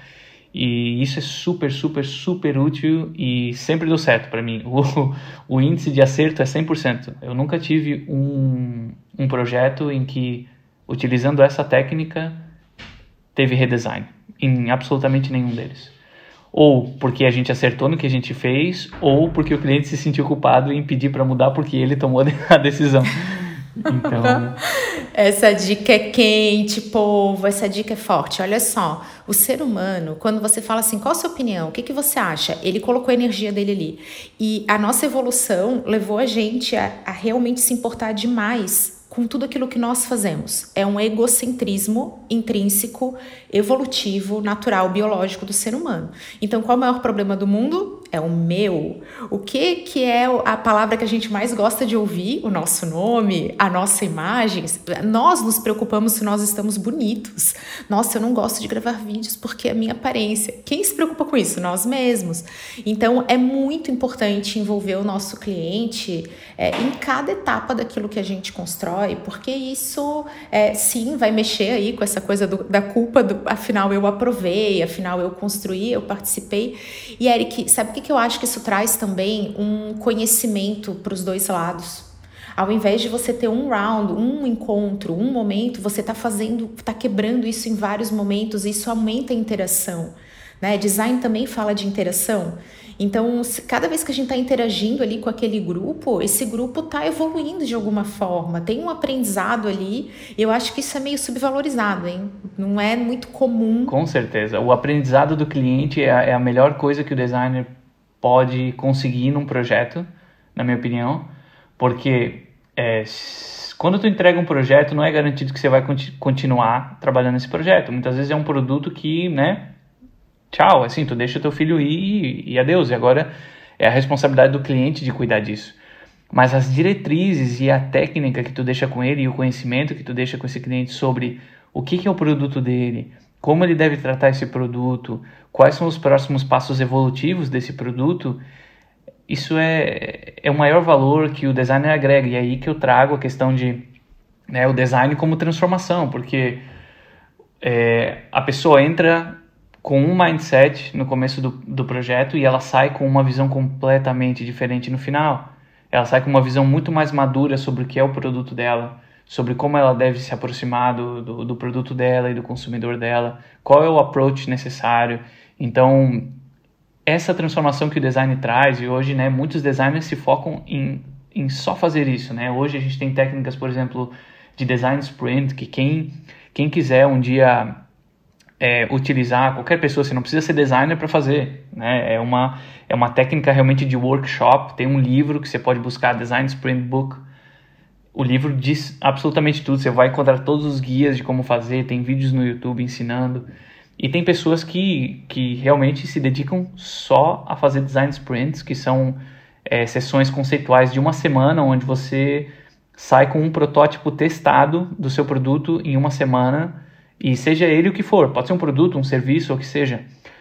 E isso é super, super, super útil e sempre deu certo para mim. O, o índice de acerto é cem por cento. Eu nunca tive um, um projeto em que, utilizando essa técnica, teve redesign. Em absolutamente nenhum deles. Ou porque a gente acertou no que a gente fez, ou porque o cliente se sentiu culpado em pedir para mudar porque ele tomou a decisão. Então... Essa dica é quente, povo, essa dica é forte. Olha só, o ser humano, quando você fala assim, qual a sua opinião? O que, que você acha? Ele colocou a energia dele ali. E a nossa evolução levou a gente a, a realmente se importar demais com tudo aquilo que nós fazemos. É um egocentrismo intrínseco, evolutivo, natural, biológico do ser humano. Então, qual é o maior problema do mundo? É o meu. O que, que é a palavra que a gente mais gosta de ouvir? O nosso nome, a nossa imagem. Nós nos preocupamos se nós estamos bonitos. Nossa, eu não gosto de gravar vídeos porque é a minha aparência. Quem se preocupa com isso? Nós mesmos. Então, é muito importante envolver o nosso cliente é, em cada etapa daquilo que a gente constrói, porque isso, é, sim, vai mexer aí com essa coisa do, da culpa, do, afinal eu aprovei, afinal eu construí, eu participei. E, Eric, sabe o que, que eu acho que isso traz também? Um conhecimento para os dois lados. Ao invés de você ter um round, um encontro, um momento, você está fazendo, está quebrando isso em vários momentos, e isso aumenta a interação, né? Design também fala de interação. Então, cada vez que a gente está interagindo ali com aquele grupo, esse grupo está evoluindo de alguma forma, tem um aprendizado ali, e eu acho que isso é meio subvalorizado, hein? Não é muito comum. Com certeza. O aprendizado do cliente é a, é a melhor coisa que o designer pode conseguir num projeto, na minha opinião, porque é, quando tu entrega um projeto, não é garantido que você vai conti- continuar trabalhando nesse projeto. Muitas vezes é um produto que, né, tchau, assim, tu deixa o teu filho ir e, e adeus. E agora é a responsabilidade do cliente de cuidar disso. Mas as diretrizes e a técnica que tu deixa com ele e o conhecimento que tu deixa com esse cliente sobre o que, que é o produto dele, como ele deve tratar esse produto, quais são os próximos passos evolutivos desse produto, isso é, é o maior valor que o designer agrega. E é aí que eu trago a questão de, né, o design como transformação, porque é, a pessoa entra com um mindset no começo do, do projeto e ela sai com uma visão completamente diferente no final. Ela sai com uma visão muito mais madura sobre o que é o produto dela, sobre como ela deve se aproximar do, do, do produto dela e do consumidor dela, qual é o approach necessário. Então, essa transformação que o design traz, e hoje, né, muitos designers se focam em, em só fazer isso, né? Hoje a gente tem técnicas, por exemplo, de design sprint, que quem, quem quiser um dia é, utilizar, qualquer pessoa, você não precisa ser designer para fazer, né? É uma, é uma técnica realmente de workshop. Tem um livro que você pode buscar, Design Sprint Book. O livro diz absolutamente tudo, você vai encontrar todos os guias de como fazer, tem vídeos no YouTube ensinando. E tem pessoas que, que realmente se dedicam só a fazer design sprints, que são é, sessões conceituais de uma semana, onde você sai com um protótipo testado do seu produto em uma semana, e seja ele o que for, pode ser um produto, um serviço, ou o que seja.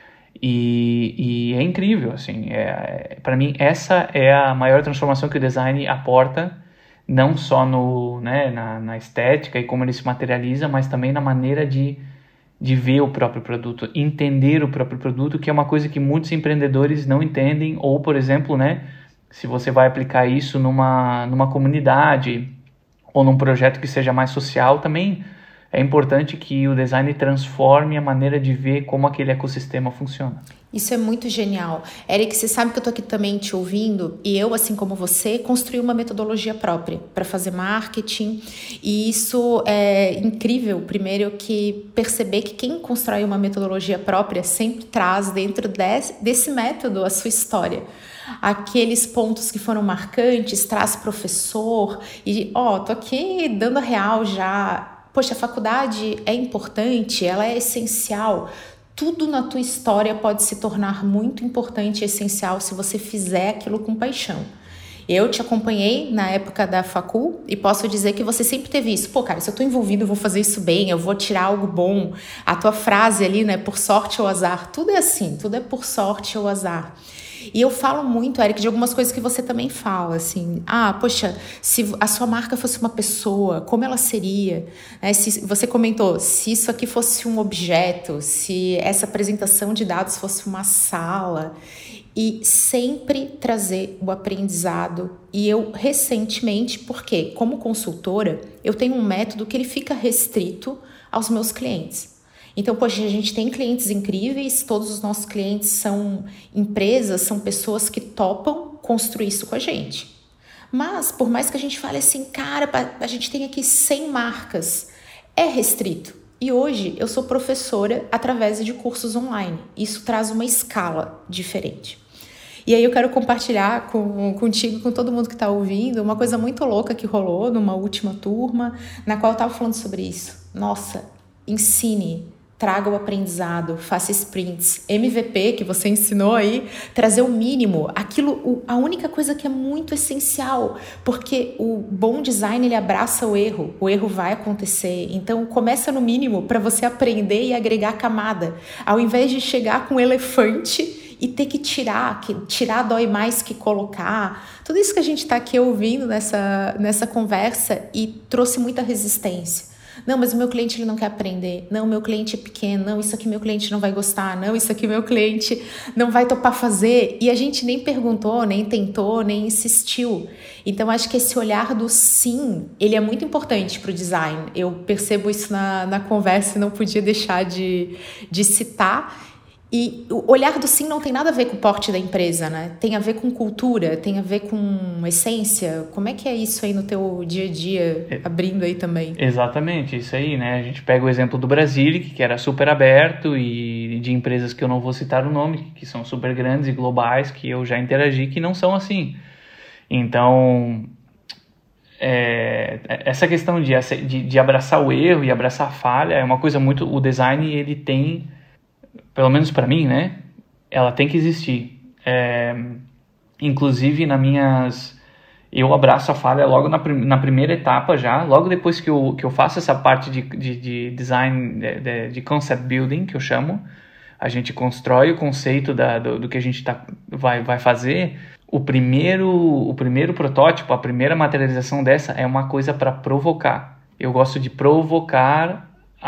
E, e é incrível, assim, é, para mim essa é a maior transformação que o design aporta, não só no, né, na, na estética e como ele se materializa, mas também na maneira de de ver o próprio produto, entender o próprio produto, que é uma coisa que muitos empreendedores não entendem, ou, por exemplo, né, se você vai aplicar isso numa, numa comunidade ou num projeto que seja mais social, também é importante que o design transforme a maneira de ver como aquele ecossistema funciona. Isso é muito genial. Eric, você sabe que eu tô aqui também te ouvindo e eu, assim como você, construí uma metodologia própria para fazer marketing, e isso é incrível. Primeiro que perceber que quem constrói uma metodologia própria sempre traz dentro desse, desse método a sua história. Aqueles pontos que foram marcantes, traz professor e, ó, tô aqui dando a real já. Poxa, a faculdade é importante, ela é essencial. Tudo na tua história pode se tornar muito importante e essencial se você fizer aquilo com paixão. Eu te acompanhei na época da facul e posso dizer que você sempre teve isso. Pô, cara, se eu tô envolvido, eu vou fazer isso bem, eu vou tirar algo bom. A tua frase ali, né, por sorte ou azar, tudo é assim, tudo é por sorte ou azar. E eu falo muito, Eric, de algumas coisas que você também fala, assim, ah, poxa, se a sua marca fosse uma pessoa, como ela seria? É, se você comentou, se isso aqui fosse um objeto, se essa apresentação de dados fosse uma sala, e sempre trazer o aprendizado. E eu, recentemente, porque como consultora, eu tenho um método que ele fica restrito aos meus clientes. Então, poxa, a gente tem clientes incríveis, todos os nossos clientes são empresas, são pessoas que topam construir isso com a gente. Mas, por mais que a gente fale assim, cara, a gente tem aqui cem marcas, é restrito. E hoje eu sou professora através de cursos online. Isso traz uma escala diferente. E aí eu quero compartilhar com, contigo, com todo mundo que está ouvindo, uma coisa muito louca que rolou numa última turma, na qual eu estava falando sobre isso. Nossa, ensine, traga o aprendizado, faça sprints, M V P que você ensinou aí, trazer o mínimo, aquilo, a única coisa que é muito essencial, porque o bom design ele abraça o erro, o erro vai acontecer, então começa no mínimo para você aprender e agregar camada, ao invés de chegar com um elefante e ter que tirar, que tirar dói mais que colocar. Tudo isso que a gente está aqui ouvindo nessa, nessa conversa e trouxe muita resistência. Não, mas o meu cliente ele não quer aprender. Não, o meu cliente é pequeno. Não, isso aqui meu cliente não vai gostar. Não, isso aqui meu cliente não vai topar fazer. E a gente nem perguntou, nem tentou, nem insistiu. Então, acho que esse olhar do sim, ele é muito importante para o design. Eu percebo isso na, na conversa e não podia deixar de, de citar. E o olhar do sim não tem nada a ver com o porte da empresa, né? Tem a ver com cultura, tem a ver com essência. Como é que é isso aí no teu dia a dia, abrindo aí também? Exatamente, isso aí, né? A gente pega o exemplo do Brasilic, que era super aberto, e de empresas que eu não vou citar o nome, que são super grandes e globais, que eu já interagi, que não são assim. Então, é, essa questão de, de, de abraçar o erro e abraçar a falha é uma coisa muito... O design, ele tem, pelo menos para mim, né? Ela tem que existir. É, inclusive, nas minhas... Eu abraço a falha logo na, na primeira etapa já, logo depois que eu, que eu faço essa parte de, de, de design, de, de concept building, que eu chamo. A gente constrói o conceito da, do, do que a gente tá, vai, vai fazer. O primeiro, o primeiro protótipo, a primeira materialização dessa é uma coisa para provocar. Eu gosto de provocar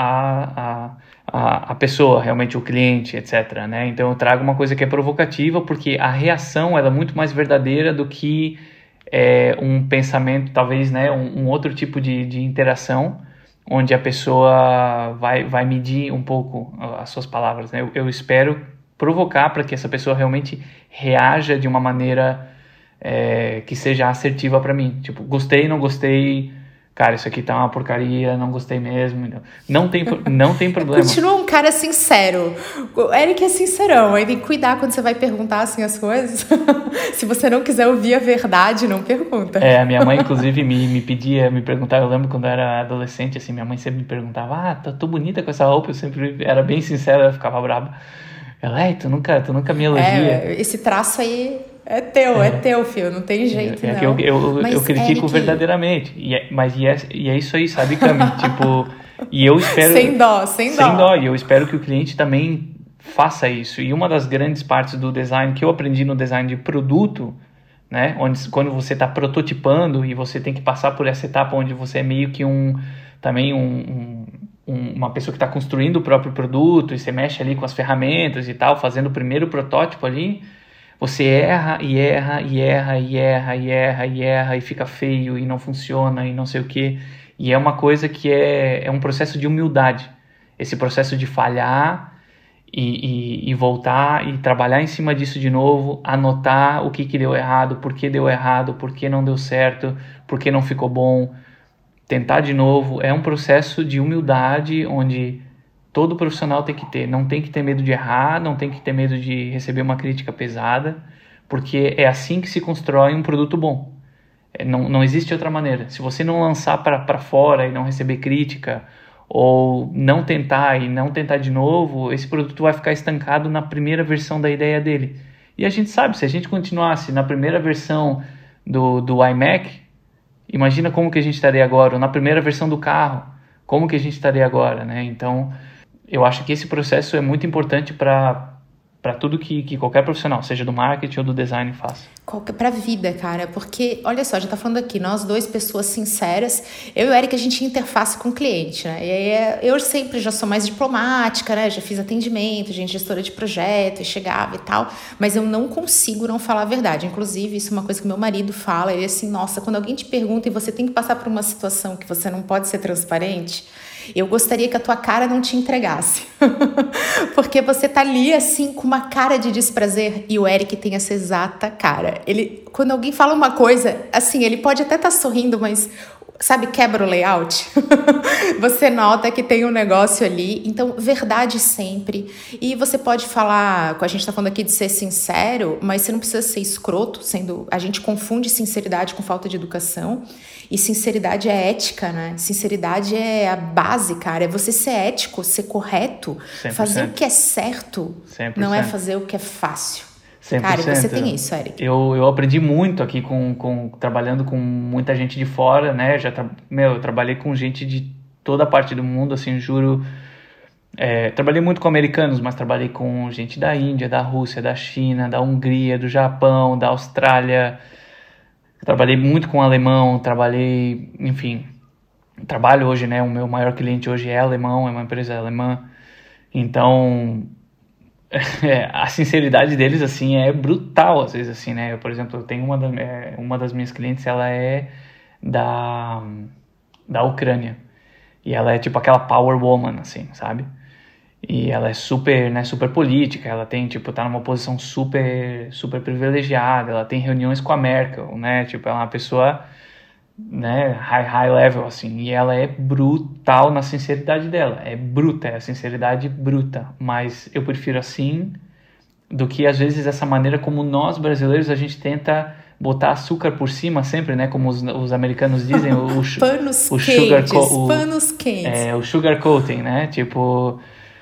a, a, a pessoa, realmente o cliente, etcétera, né? Então eu trago uma coisa que é provocativa, porque a reação ela é muito mais verdadeira do que é, um pensamento, talvez, né, um, um outro tipo de, de interação, onde a pessoa vai, vai medir um pouco as suas palavras, né? Eu, eu espero provocar para que essa pessoa realmente reaja de uma maneira é, que seja assertiva para mim. Tipo, gostei, não gostei, cara, isso aqui tá uma porcaria, não gostei mesmo. Não tem, não tem problema. Continua um cara sincero. O Eric é sincerão, ele tem que cuidar quando você vai perguntar assim as coisas. Se você não quiser ouvir a verdade, não pergunta. É, a minha mãe, inclusive, me, me pedia, me perguntava, eu lembro quando eu era adolescente, assim, minha mãe sempre me perguntava, ah, tô, tô bonita com essa roupa, eu sempre era bem sincera, ela ficava brava. Ela, tu nunca, tu nunca me elogia. É, esse traço aí é teu, é, é teu, filho, não tem jeito, é, é não. Que eu, eu, mas, eu critico Eric... verdadeiramente, e é, mas e é, e é isso aí, sabe, Cami? Tipo, e eu espero... Sem dó, sem, sem dó. Sem dó, e eu espero que o cliente também faça isso. E uma das grandes partes do design que eu aprendi no design de produto, né, onde quando você está prototipando e você tem que passar por essa etapa onde você é meio que um, também um... um uma pessoa que está construindo o próprio produto e você mexe ali com as ferramentas e tal, fazendo o primeiro protótipo ali, você erra e erra e erra e erra e erra e erra e fica feio e não funciona e não sei o que. E é uma coisa que é, é um processo de humildade. Esse processo de falhar e, e, e voltar e trabalhar em cima disso de novo, anotar o que, que deu errado, por que deu errado, por que não deu certo, por que não ficou bom. Tentar de novo é um processo de humildade onde todo profissional tem que ter. Não tem que ter medo de errar, não tem que ter medo de receber uma crítica pesada, porque é assim que se constrói um produto bom. É, não, não existe outra maneira. Se você não lançar para fora e não receber crítica, ou não tentar e não tentar de novo, esse produto vai ficar estancado na primeira versão da ideia dele. E a gente sabe, se a gente continuasse na primeira versão do, do iMac, imagina como que a gente estaria agora, ou na primeira versão do carro, como que a gente estaria agora, né? Então, eu acho que esse processo é muito importante para para tudo que, que qualquer profissional, seja do marketing ou do design, faça. Para a vida, cara, porque, olha só, a gente tá falando aqui, nós dois, pessoas sinceras, eu e o Eric, a gente interface com o cliente, né? E aí, eu sempre já sou mais diplomática, né? Já fiz atendimento, gente, gestora de projeto, e chegava e tal, mas eu não consigo não falar a verdade. Inclusive, isso é uma coisa que meu marido fala, ele é assim, nossa, quando alguém te pergunta e você tem que passar por uma situação que você não pode ser transparente, eu gostaria que a tua cara não te entregasse. Porque você tá ali, assim, com uma cara de desprazer. E o Eric tem essa exata cara. Ele, quando alguém fala uma coisa, assim, ele pode até estar sorrindo, mas, sabe, quebra o layout. Você nota que tem um negócio ali. Então, verdade sempre. E você pode falar, a gente tá falando aqui de ser sincero, mas você não precisa ser escroto, sendo... A gente confunde sinceridade com falta de educação. E sinceridade é ética, né? Sinceridade é a base, cara. É você ser ético, ser correto, cem por cento. Fazer o que é certo, cem por cento. Não é fazer o que é fácil. cem por cento. Cara, e você tem isso, Eric. Eu, eu aprendi muito aqui com, com, trabalhando com muita gente de fora, né? Já tra... Meu, eu trabalhei com gente de toda a parte do mundo, assim, juro. É, trabalhei muito com americanos, mas trabalhei com gente da Índia, da Rússia, da China, da Hungria, do Japão, da Austrália. Trabalhei muito com alemão, trabalhei, enfim, trabalho hoje, né? O meu maior cliente hoje é alemão, é uma empresa alemã. Então, é, a sinceridade deles, assim, é brutal, às vezes, assim, né? Eu, por exemplo, eu tenho uma, da, é, uma das minhas clientes, ela é da, da Ucrânia. E ela é tipo aquela power woman, assim, sabe? E ela é super, né, super política, ela tem, tipo, tá numa posição super, super privilegiada, ela tem reuniões com a Merkel, né, tipo, ela é uma pessoa, né, high, high level, assim, e ela é brutal na sinceridade dela, é bruta, é a sinceridade bruta, mas eu prefiro assim do que, às vezes, essa maneira como nós, brasileiros, a gente tenta botar açúcar por cima sempre, né? Como os, os americanos dizem, o, o, panos o quentes, sugar co- o, panos quentes. É, o sugar coating, né? Tipo,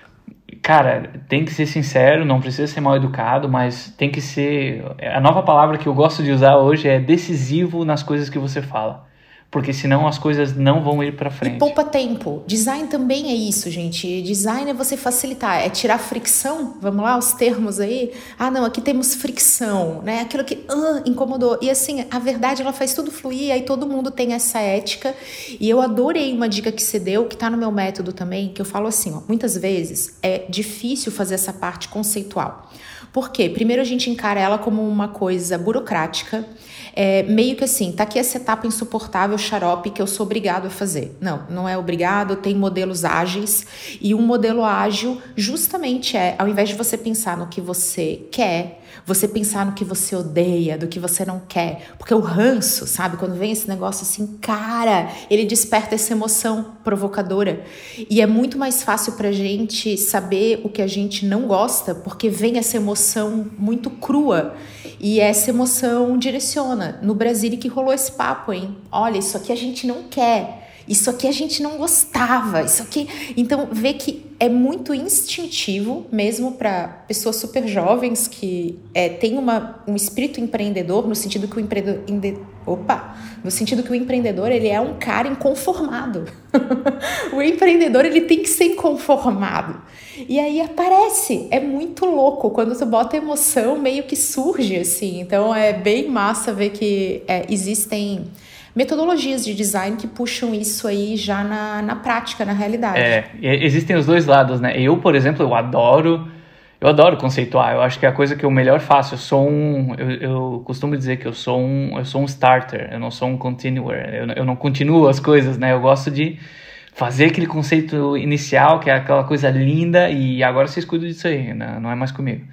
cara, tem que ser sincero, não precisa ser mal educado, mas tem que ser... A nova palavra que eu gosto de usar hoje é decisivo nas coisas que você fala. Porque senão as coisas não vão ir para frente. E poupa tempo. Design também é isso, gente. Design é você facilitar, é tirar fricção. Vamos lá, os termos aí. Ah, não, aqui temos fricção, né? Aquilo que ah, incomodou. E assim, a verdade, ela faz tudo fluir, aí todo mundo tem essa ética. E eu adorei uma dica que você deu, que tá no meu método também, que eu falo assim, ó, muitas vezes é difícil fazer essa parte conceitual. Por quê? Primeiro a gente encara ela como uma coisa burocrática, é, meio que assim, tá aqui essa etapa insuportável, xarope, que eu sou obrigado a fazer. Não, não é obrigado, tem modelos ágeis, e um modelo ágil justamente é, ao invés de você pensar no que você quer, você pensar no que você odeia, do que você não quer, porque o ranço, sabe, quando vem esse negócio assim, cara, ele desperta essa emoção provocadora, e é muito mais fácil pra gente saber o que a gente não gosta, porque vem essa emoção muito crua, e essa emoção direciona. No Brasil que rolou esse papo, hein? Olha, isso aqui a gente não quer, isso aqui a gente não gostava, isso aqui... Então, vê que é muito instintivo, mesmo para pessoas super jovens que é, têm uma, um espírito empreendedor, no sentido que o empreendedor... Inde, opa! No sentido que o empreendedor, ele é um cara inconformado. O empreendedor, ele tem que ser inconformado. E aí aparece, é muito louco, quando tu bota emoção, meio que surge, assim. Então, é bem massa ver que é, existem metodologias de design que puxam isso aí já na, na prática, na realidade. É, existem os dois lados, né? Eu, por exemplo, eu adoro, eu adoro conceituar. Eu acho que é a coisa que eu melhor faço. Eu sou um, eu, eu costumo dizer que eu sou um, eu sou um starter. Eu não sou um continuer. Eu, eu não continuo as coisas, né? Eu gosto de fazer aquele conceito inicial, que é aquela coisa linda, e agora vocês cuidam disso aí, né? Não é mais comigo.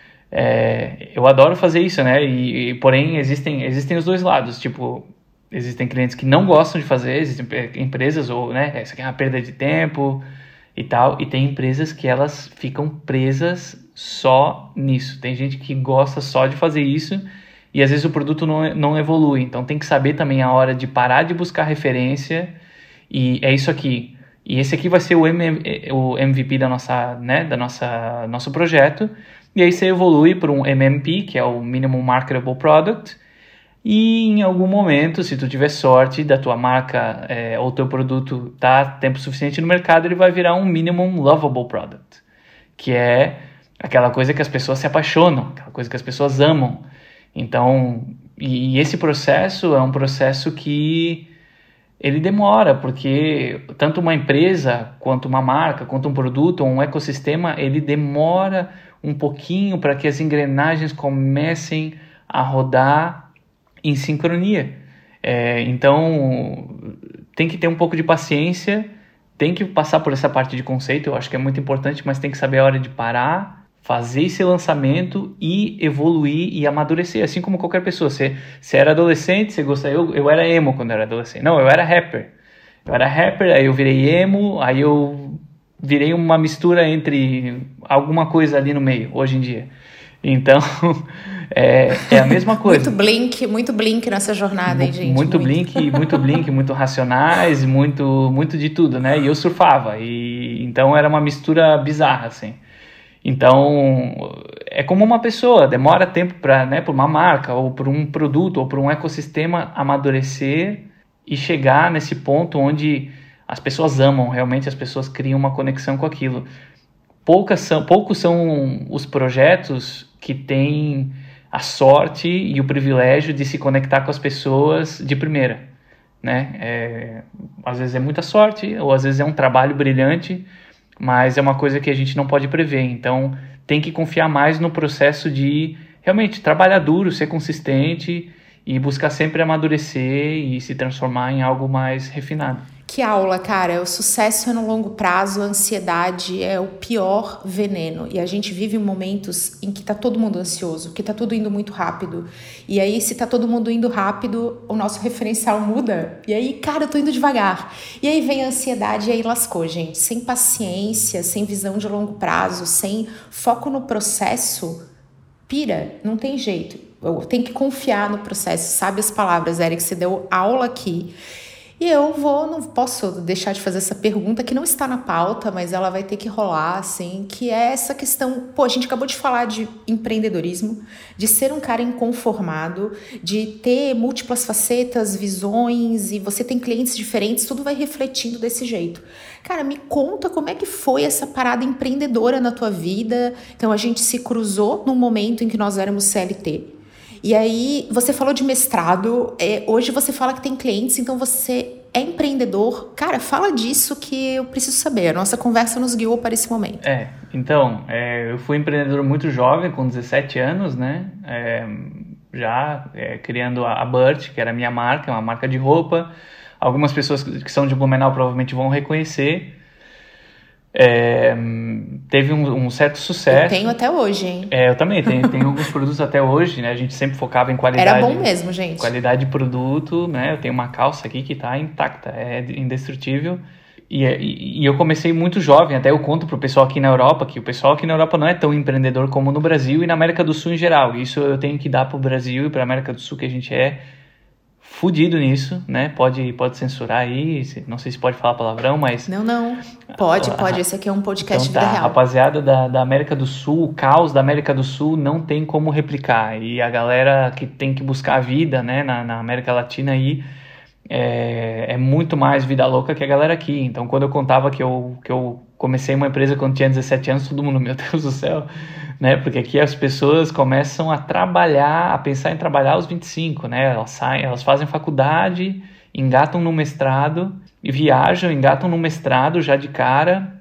É, eu adoro fazer isso, né? E, e porém existem, existem os dois lados, tipo, existem clientes que não gostam de fazer, existem empresas, ou, né, isso aqui é uma perda de tempo e tal, e tem empresas que elas ficam presas só nisso. Tem gente que gosta só de fazer isso e às vezes o produto não, não evolui. Então tem que saber também a hora de parar de buscar referência, e é isso aqui. E esse aqui vai ser o, M- o M V P da nossa, né, da nossa, nosso projeto, e aí você evolui para um M M P, que é o Minimum Marketable Product. E em algum momento, se tu tiver sorte da tua marca é, ou teu produto tá tempo suficiente no mercado, ele vai virar um Minimum Lovable Product, que é aquela coisa que as pessoas se apaixonam, aquela coisa que as pessoas amam. Então, e, e esse processo é um processo que ele demora, porque tanto uma empresa, quanto uma marca, quanto um produto ou um ecossistema, ele demora um pouquinho para que as engrenagens comecem a rodar em sincronia. É, então, tem que ter um pouco de paciência, tem que passar por essa parte de conceito, eu acho que é muito importante, mas tem que saber a hora de parar, fazer esse lançamento e evoluir e amadurecer, assim como qualquer pessoa. Você, você era adolescente, você gostava... Eu, eu era emo quando eu era adolescente. Não, eu era rapper. Eu era rapper, aí eu virei emo, aí eu virei uma mistura entre alguma coisa ali no meio, hoje em dia. Então, é, é a mesma coisa. Muito Blink, muito Blink nessa jornada, hein, gente? Muito, muito Blink, muito Blink, muito Racionais, muito, muito de tudo, né? E eu surfava, e então era uma mistura bizarra, assim. Então, é como uma pessoa, demora tempo para, né, por uma marca, ou por um produto, ou por um ecossistema amadurecer e chegar nesse ponto onde as pessoas amam, realmente as pessoas criam uma conexão com aquilo. Poucas são, poucos são os projetos que têm a sorte e o privilégio de se conectar com as pessoas de primeira, né? É, às vezes é muita sorte, ou às vezes é um trabalho brilhante, mas é uma coisa que a gente não pode prever. Então, tem que confiar mais no processo de realmente trabalhar duro, ser consistente e buscar sempre amadurecer e se transformar em algo mais refinado. Que aula, cara. O sucesso é no longo prazo, a ansiedade é o pior veneno. E a gente vive momentos em que tá todo mundo ansioso, que tá tudo indo muito rápido. E aí, se tá todo mundo indo rápido, o nosso referencial muda. E aí, cara, eu tô indo devagar. E aí vem a ansiedade e aí lascou, gente. Sem paciência, sem visão de longo prazo, sem foco no processo, pira, não tem jeito. eu tenho que confiar no processo, sabe as palavras, Eric, você deu aula aqui. E eu vou, não posso deixar de fazer essa pergunta que não está na pauta, mas ela vai ter que rolar, assim, que é essa questão, pô, a gente acabou de falar de empreendedorismo, de ser um cara inconformado, de ter múltiplas facetas, visões, e você tem clientes diferentes, tudo vai refletindo desse jeito. Cara, me conta como é que foi essa parada empreendedora na tua vida. Então, a gente se cruzou num momento em que nós éramos C L T, e aí, você falou de mestrado, é, hoje você fala que tem clientes, então você é empreendedor. Cara, fala disso que eu preciso saber. A nossa conversa nos guiou para esse momento. É, então, é, eu fui empreendedor muito jovem, com dezessete anos, né? É, já é, criando a, a Burt, que era a minha marca, uma marca de roupa. Algumas pessoas que são de Blumenau provavelmente vão reconhecer. É, teve um, um certo sucesso. Eu tenho até hoje, hein? É, eu também tenho, tenho alguns produtos até hoje, né? A gente sempre focava em qualidade. Era bom mesmo, gente. Qualidade de produto, né? Eu tenho uma calça aqui que tá intacta, é indestrutível. E, e, e eu comecei muito jovem, até eu conto pro pessoal aqui na Europa, que o pessoal aqui na Europa não é tão empreendedor como no Brasil e na América do Sul em geral. Isso eu tenho que dar pro Brasil e pra América do Sul, que a gente é fudido nisso, né? Pode, pode censurar aí, não sei se pode falar palavrão, mas... Não, não. Pode, pode. Esse aqui é um podcast então, vida tá, real. Rapaziada da, da América do Sul, o caos da América do Sul não tem como replicar. E a galera que tem que buscar a vida, né, na, na América Latina aí, é, é muito mais vida louca que a galera aqui. Então, quando eu contava que eu, que eu comecei uma empresa quando tinha dezessete anos, todo mundo, meu Deus do céu... Né? Porque aqui as pessoas começam a trabalhar, a pensar em trabalhar aos vinte e cinco, né? Elas saem, elas fazem faculdade, engatam no mestrado e viajam, engatam no mestrado já de cara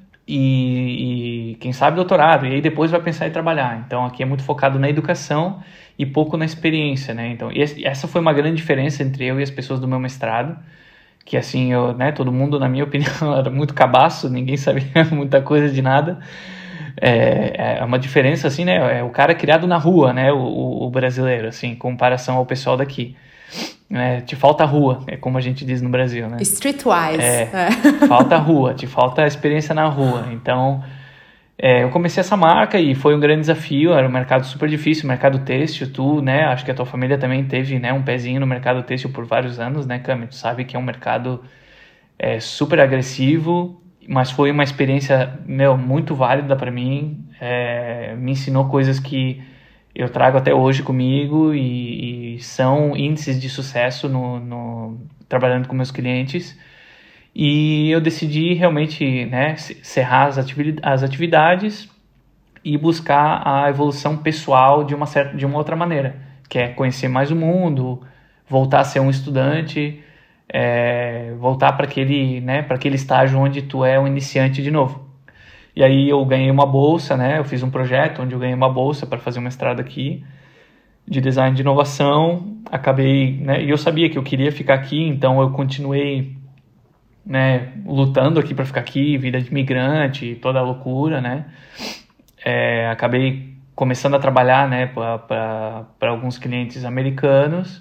e, e quem sabe doutorado, e aí depois vai pensar em trabalhar. Então aqui é muito focado na educação e pouco na experiência, né? Então esse, essa foi uma grande diferença entre eu e as pessoas do meu mestrado, que assim, eu, né, todo mundo, na minha opinião, era muito cabaço, ninguém sabia muita coisa de nada. É, é uma diferença, assim, né? É o cara criado na rua, né? O, o, o brasileiro, assim, em comparação ao pessoal daqui. É, te falta rua, é como a gente diz no Brasil, né? Streetwise. É, falta rua, te falta experiência na rua. Então, é, eu comecei essa marca e foi um grande desafio, era um mercado super difícil, mercado têxtil, tu, né? Acho que a tua família também teve, né, um pezinho no mercado têxtil por vários anos, né, Cami? Tu sabe que é um mercado é, super agressivo, mas foi uma experiência, meu, muito válida para mim, é, me ensinou coisas que eu trago até hoje comigo e, e são índices de sucesso no, no, trabalhando com meus clientes. E eu decidi realmente, né, cerrar as, ativi- as atividades e buscar a evolução pessoal de uma, certa, de uma outra maneira, que é conhecer mais o mundo, voltar a ser um estudante... É, voltar para aquele, né, para aquele estágio onde tu é um iniciante de novo. E aí eu ganhei uma bolsa, né, eu fiz um projeto onde eu ganhei uma bolsa para fazer um mestrado aqui de design de inovação. Acabei, né, e eu sabia que eu queria ficar aqui, então eu continuei, né, lutando aqui para ficar aqui, vida de imigrante, toda a loucura, né. É, acabei começando a trabalhar, né, para alguns clientes americanos.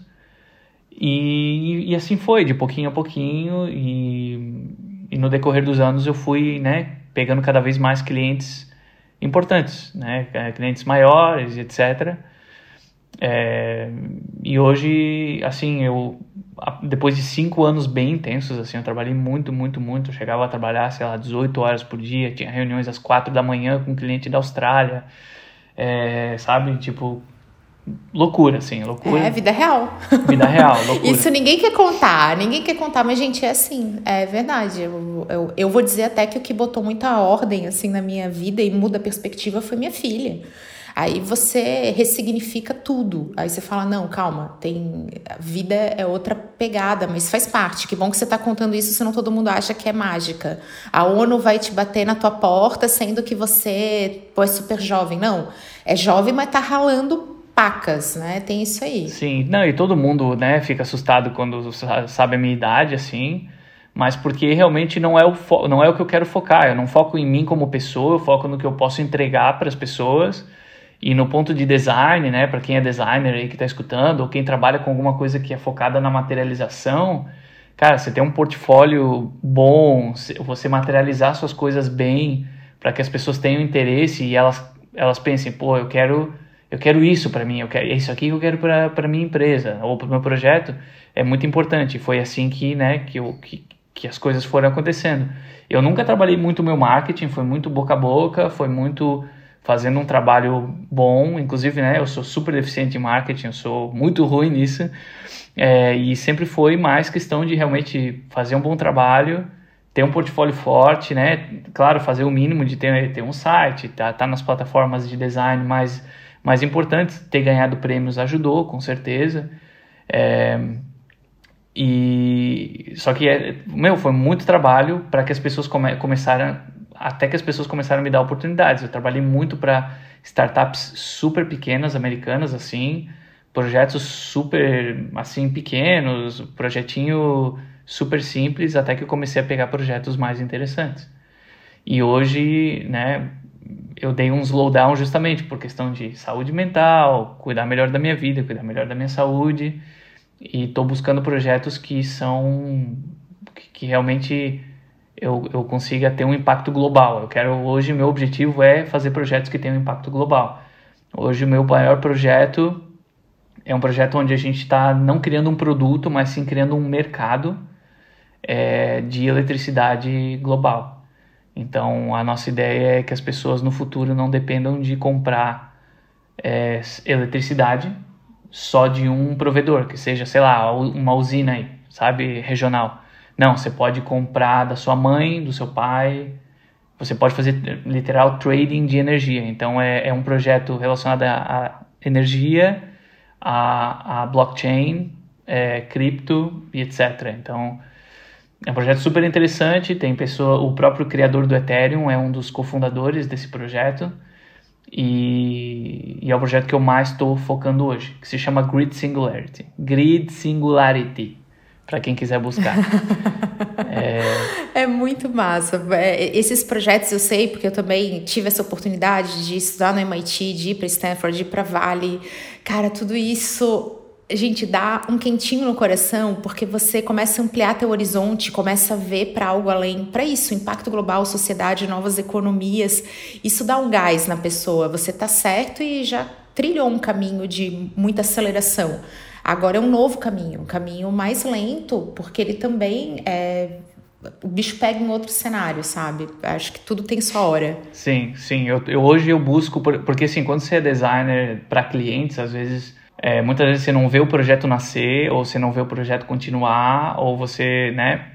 E, e assim foi, de pouquinho a pouquinho, e, e no decorrer dos anos eu fui, né, pegando cada vez mais clientes importantes, né, clientes maiores, etcétera. É, e hoje, assim, eu, depois de cinco anos bem intensos, assim, eu trabalhei muito, muito, muito, eu chegava a trabalhar, sei lá, dezoito horas por dia, tinha reuniões às quatro da manhã com um cliente da Austrália, é, sabe, tipo... Loucura, assim, loucura. É, vida real. Vida real, loucura. Isso ninguém quer contar, ninguém quer contar, mas, gente, é assim, é verdade. Eu, eu, eu vou dizer até que o que botou muita ordem, assim, na minha vida e muda a perspectiva foi minha filha. Aí você ressignifica tudo. Aí você fala, não, calma, tem... a vida é outra pegada, mas faz parte. Que bom que você tá contando isso, senão todo mundo acha que é mágica. A ONU vai te bater na tua porta, sendo que você, pô, é super jovem. Não, é jovem, mas tá ralando pacas, né? Tem isso aí. Sim, não, e todo mundo, né, fica assustado quando sabe a minha idade, assim, mas porque realmente não é o, fo- não é o que eu quero focar. Eu não foco em mim como pessoa, eu foco no que eu posso entregar para as pessoas. E no ponto de design, né, para quem é designer aí que está escutando, ou quem trabalha com alguma coisa que é focada na materialização, cara, você tem um portfólio bom, você materializar suas coisas bem, para que as pessoas tenham interesse e elas, elas pensem, pô, eu quero... eu quero isso para mim, eu quero isso aqui que eu quero para para minha empresa ou para o meu projeto, é muito importante. Foi assim que, né, que, eu, que, que as coisas foram acontecendo. Eu nunca trabalhei muito o meu marketing, foi muito boca a boca, foi muito fazendo um trabalho bom. Inclusive, né, eu sou super deficiente em marketing, eu sou muito ruim nisso. É, e sempre foi mais questão de realmente fazer um bom trabalho, ter um portfólio forte, né? Claro, fazer o mínimo de ter, ter um site, tá, tá nas plataformas de design mais, mais importantes. Ter ganhado prêmios ajudou, com certeza. É, e só que é, meu, foi muito trabalho para que as pessoas come, começaram, até que as pessoas começaram a me dar oportunidades. Eu trabalhei muito para startups super pequenas, americanas, assim, projetos super, assim, pequenos, projetinho super simples, até que eu comecei a pegar projetos mais interessantes. E hoje, né, eu dei um slowdown justamente por questão de saúde mental, cuidar melhor da minha vida, cuidar melhor da minha saúde, e estou buscando projetos que são, que, que realmente eu, eu consiga ter um impacto global. Eu quero, hoje, meu objetivo é fazer projetos que tenham um impacto global. Hoje, o meu maior projeto é um projeto onde a gente está não criando um produto, mas sim criando um mercado é, de eletricidade global. Então, a nossa ideia é que as pessoas no futuro não dependam de comprar é, eletricidade só de um provedor, que seja, sei lá, uma usina aí, sabe, regional. Não, você pode comprar da sua mãe, do seu pai, você pode fazer literal trading de energia. Então, é, é um projeto relacionado a, a energia, a, a blockchain, é, cripto e etcétera. Então, é um projeto super interessante. Tem pessoa, o próprio criador do Ethereum é um dos cofundadores desse projeto. E, e é o projeto que eu mais estou focando hoje, que se chama Grid Singularity. Grid Singularity, para quem quiser buscar. é... é muito massa. É, esses projetos eu sei, porque eu também tive essa oportunidade de estudar no M I T, de ir para Stanford, de ir para Vale. Cara, tudo isso, gente, dá um quentinho no coração, porque você começa a ampliar teu horizonte, começa a ver para algo além, para isso, impacto global, sociedade, novas economias. Isso dá um gás na pessoa. Você tá certo e já trilhou um caminho de muita aceleração. Agora é um novo caminho, um caminho mais lento, porque ele também é... o bicho pega em outro cenário, sabe? Acho que tudo tem sua hora. Sim, sim. Eu, eu, hoje eu busco... Porque, assim, quando você é designer para clientes, às vezes... É, muitas vezes você não vê o projeto nascer, ou você não vê o projeto continuar, ou você, né...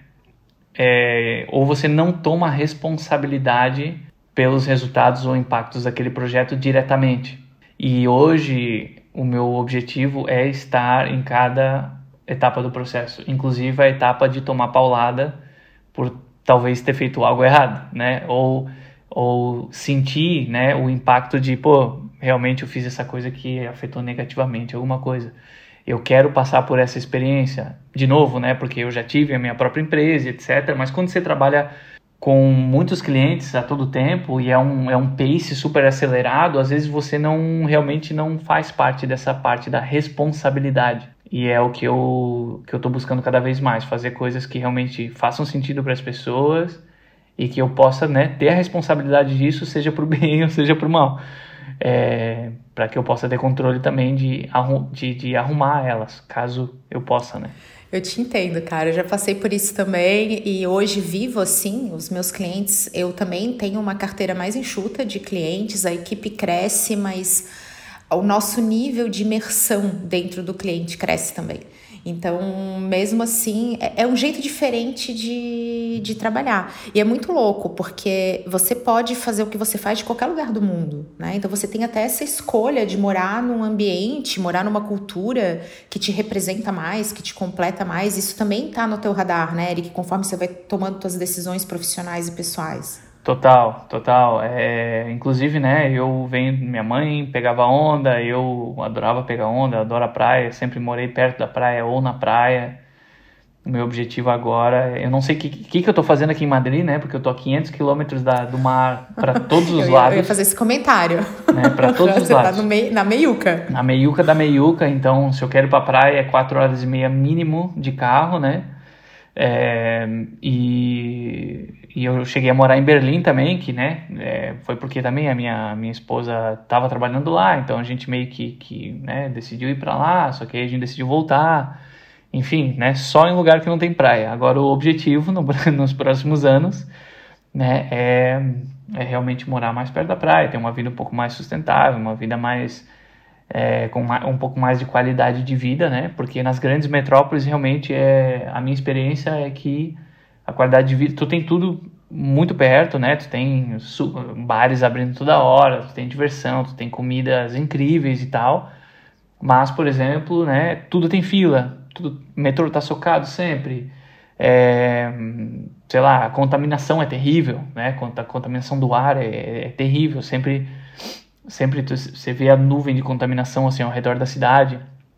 É, ou você não toma responsabilidade pelos resultados ou impactos daquele projeto diretamente. E hoje... o meu objetivo é estar em cada etapa do processo, inclusive a etapa de tomar paulada por talvez ter feito algo errado, né? Ou, ou sentir, né, o impacto de, pô, realmente eu fiz essa coisa que afetou negativamente alguma coisa. Eu quero passar por essa experiência de novo, né? Porque eu já tive a minha própria empresa, etcétera. Mas quando você trabalha com muitos clientes a todo tempo e é um, é um pace super acelerado, às vezes você não realmente não faz parte dessa parte da responsabilidade. E é o que eu que eu tô buscando cada vez mais, fazer coisas que realmente façam sentido para as pessoas e que eu possa, né, ter a responsabilidade disso, seja para o bem ou seja para o mal. É, para que eu possa ter controle também de, de, de arrumar elas, caso eu possa, né? Eu te entendo, cara, eu já passei por isso também e hoje vivo assim, os meus clientes, eu também tenho uma carteira mais enxuta de clientes, a equipe cresce, mas o nosso nível de imersão dentro do cliente cresce também. Então, mesmo assim, é um jeito diferente de, de trabalhar. E é muito louco, porque você pode fazer o que você faz de qualquer lugar do mundo, né? Então, você tem até essa escolha de morar num ambiente, morar numa cultura que te representa mais, que te completa mais. Isso também tá no teu radar, né, Eric? Conforme você vai tomando suas decisões profissionais e pessoais. Total, total. É, inclusive, né, eu venho, minha mãe pegava onda, eu adorava pegar onda, eu adoro a praia, sempre morei perto da praia ou na praia. O meu objetivo agora, eu não sei o que, que, que eu tô fazendo aqui em Madrid, né, porque eu tô a quinhentos quilômetros da, do mar para todos os eu ia, lados. Eu ia fazer esse comentário. Né, para todos os Você lados. Tá no mei, na meiuca. Na meiuca da meiuca, então se eu quero ir pra praia é quatro horas e meia mínimo de carro, né. É, e, e eu cheguei a morar em Berlim também, que, né, é, foi porque também a minha, minha esposa estava trabalhando lá, então a gente meio que, que né, decidiu ir para lá, só que aí a gente decidiu voltar, enfim, né, só em lugar que não tem praia. Agora o objetivo no, nos próximos anos, né, é, é realmente morar mais perto da praia, ter uma vida um pouco mais sustentável, uma vida mais... É, com um pouco mais de qualidade de vida, né? Porque nas grandes metrópoles, realmente, é, a minha experiência é que a qualidade de vida... Tu tem tudo muito perto, né? Tu tem bares abrindo toda hora, tu tem diversão, tu tem comidas incríveis e tal. Mas, por exemplo, né? Tudo tem fila. Tudo, o metrô tá socado sempre. É, sei lá, a contaminação é terrível, né? A contaminação do ar é, é terrível. Sempre... Sempre você vê a nuvem de contaminação assim ao redor da cidade.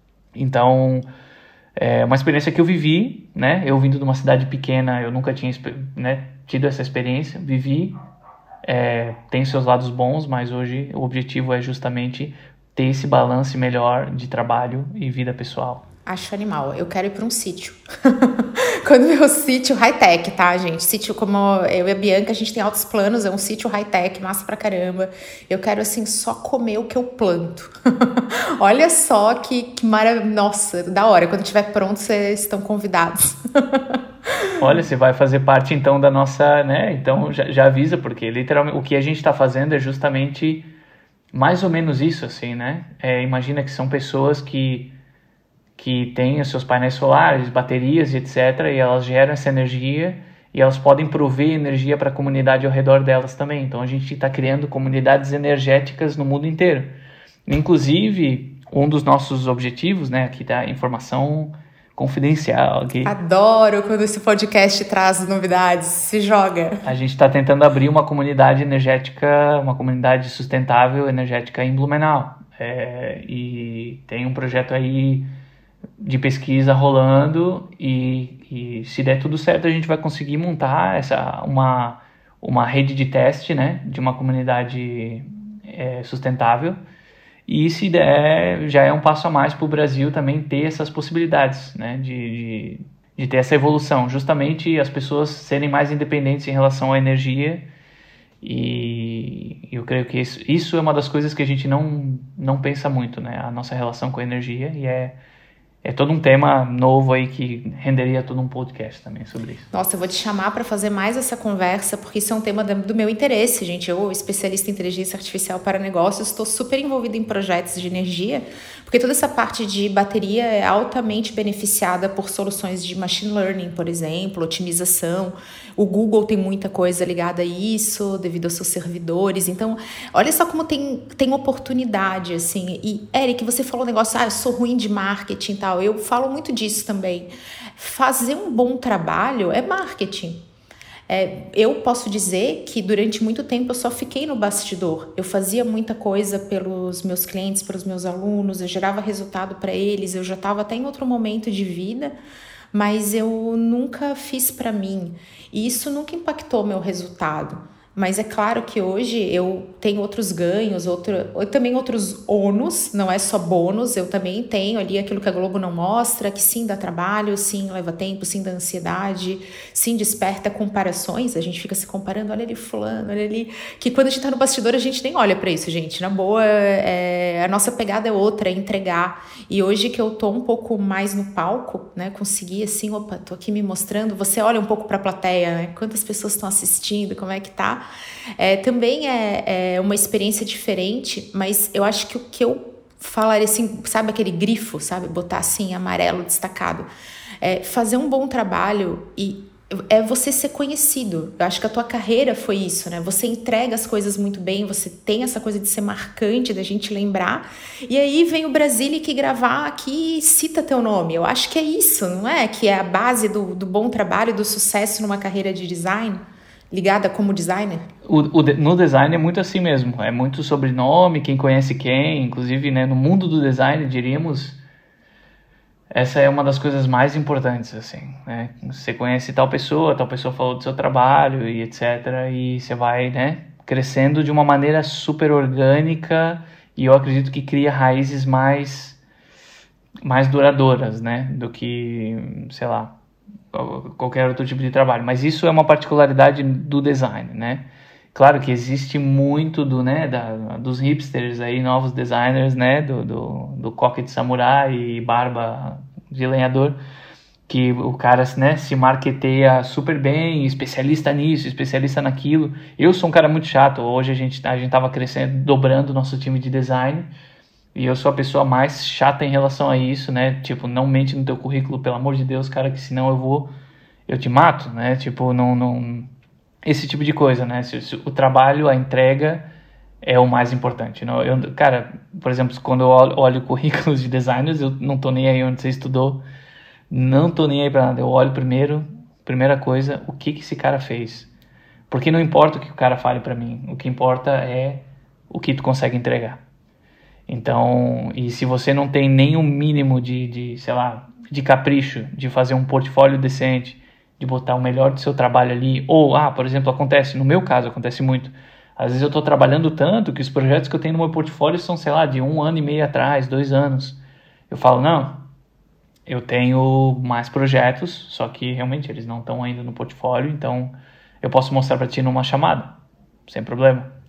Então, é uma experiência que eu vivi, né? Eu vindo de uma cidade pequena, eu nunca tinha, né, tido essa experiência. Vivi, é, tem seus lados bons, mas hoje o objetivo é justamente ter esse balanço melhor de trabalho e vida pessoal. Acho animal. Eu quero ir para um sítio. Quando meu sítio high-tech, tá, gente? Sítio como eu e a Bianca, a gente tem altos planos, é um sítio high-tech, massa pra caramba. Eu quero, assim, só comer o que eu planto. Olha só que, que maravilha. Nossa, da hora. Quando estiver pronto, vocês estão convidados. Olha, você vai fazer parte, então, da nossa, né? Então, já, já avisa, porque literalmente o que a gente está fazendo é justamente mais ou menos isso, assim, né? É, imagina que são pessoas que... que têm os seus painéis solares, baterias e etcétera, e elas geram essa energia e elas podem prover energia para a comunidade ao redor delas também. Então, a gente está criando comunidades energéticas no mundo inteiro. Inclusive, um dos nossos objetivos, né, aqui tá a informação confidencial. Aqui. Adoro quando esse podcast traz novidades, se joga. A gente está tentando abrir uma comunidade energética, uma comunidade sustentável energética em Blumenau. É, e tem um projeto aí de pesquisa rolando e, e se der tudo certo a gente vai conseguir montar essa, uma, uma rede de teste, né, de uma comunidade é, sustentável, e se der já é um passo a mais para o Brasil também ter essas possibilidades, né, de, de, de ter essa evolução, justamente as pessoas serem mais independentes em relação à energia. E eu creio que isso, isso é uma das coisas que a gente não, não pensa muito, né, a nossa relação com a energia, e é É todo um tema novo aí que renderia todo um podcast também sobre isso. Nossa, eu vou te chamar para fazer mais essa conversa, porque isso é um tema do meu interesse, gente. Eu, especialista em inteligência artificial para negócios, estou super envolvida em projetos de energia, porque toda essa parte de bateria é altamente beneficiada por soluções de machine learning, por exemplo, otimização. O Google tem muita coisa ligada a isso, devido aos seus servidores. Então, olha só como tem, tem oportunidade, assim. E, Eric, você falou um negócio, ah, eu sou ruim de marketing e tal. Eu falo muito disso também. Fazer um bom trabalho é marketing. É, eu posso dizer que durante muito tempo eu só fiquei no bastidor. Eu fazia muita coisa pelos meus clientes, pelos meus alunos, eu gerava resultado para eles, eu já estava até em outro momento de vida, mas eu nunca fiz para mim. E isso nunca impactou meu resultado. Mas é claro que hoje eu tenho outros ganhos, outro, também outros ônus, não é só bônus, eu também tenho ali aquilo que a Globo não mostra, que sim dá trabalho, sim leva tempo, sim dá ansiedade, sim desperta comparações, a gente fica se comparando, olha ali fulano, olha ali, que quando a gente tá no bastidor a gente nem olha para isso, gente, na boa, é, a nossa pegada é outra, é entregar, e hoje que eu tô um pouco mais no palco, né, consegui assim, opa, tô aqui me mostrando, você olha um pouco pra plateia, né, quantas pessoas estão assistindo, como é que tá. É, também é, é uma experiência diferente, mas eu acho que o que eu falaria assim, sabe aquele grifo, sabe, botar assim amarelo destacado, é fazer um bom trabalho e é você ser conhecido. Eu acho que a tua carreira foi isso, né? Você entrega as coisas muito bem, você tem essa coisa de ser marcante, da gente lembrar, e aí vem o Brasilic gravar aqui e cita teu nome. Eu acho que é isso, não é? Que é a base do, do bom trabalho, do sucesso numa carreira de design. Ligada como designer? O, o, no design é muito assim mesmo, é muito sobrenome, quem conhece quem, inclusive, né, no mundo do design, diríamos, essa é uma das coisas mais importantes, assim, né, você conhece tal pessoa, tal pessoa falou do seu trabalho e etcétera, e você vai, né, crescendo de uma maneira super orgânica, e eu acredito que cria raízes mais, mais duradouras, né, do que, sei lá, qualquer outro tipo de trabalho. Mas isso é uma particularidade do design, né? Claro que existe muito do, né, da, dos hipsters aí, novos designers, né, do, do, do coque de samurai e barba de lenhador, que o cara, né, se marketeia super bem, especialista nisso, especialista naquilo. Eu sou um cara muito chato. Hoje a gente a gente estava crescendo, dobrando o nosso time de design, e eu sou a pessoa mais chata em relação a isso, né? Tipo, não mente no teu currículo, pelo amor de Deus, cara, que senão eu vou, eu te mato, né? Tipo, não, não, esse tipo de coisa, né? Se, se, o trabalho, a entrega é o mais importante. Não? Eu, cara, por exemplo, quando eu olho, olho currículos de designers, eu não tô nem aí onde você estudou, não tô nem aí pra nada. Eu olho primeiro, primeira coisa, o que que esse cara fez. Porque não importa o que o cara fale pra mim, o que importa é o que tu consegue entregar. Então, e se você não tem nenhum mínimo de, de, sei lá, de capricho, de fazer um portfólio decente, de botar o melhor do seu trabalho ali, ou, ah, por exemplo, acontece, no meu caso, acontece muito, às vezes eu estou trabalhando tanto que os projetos que eu tenho no meu portfólio são, sei lá, de um ano e meio atrás, dois anos. Eu falo, não, eu tenho mais projetos, só que realmente eles não estão ainda no portfólio, então eu posso mostrar para ti numa chamada, sem problema.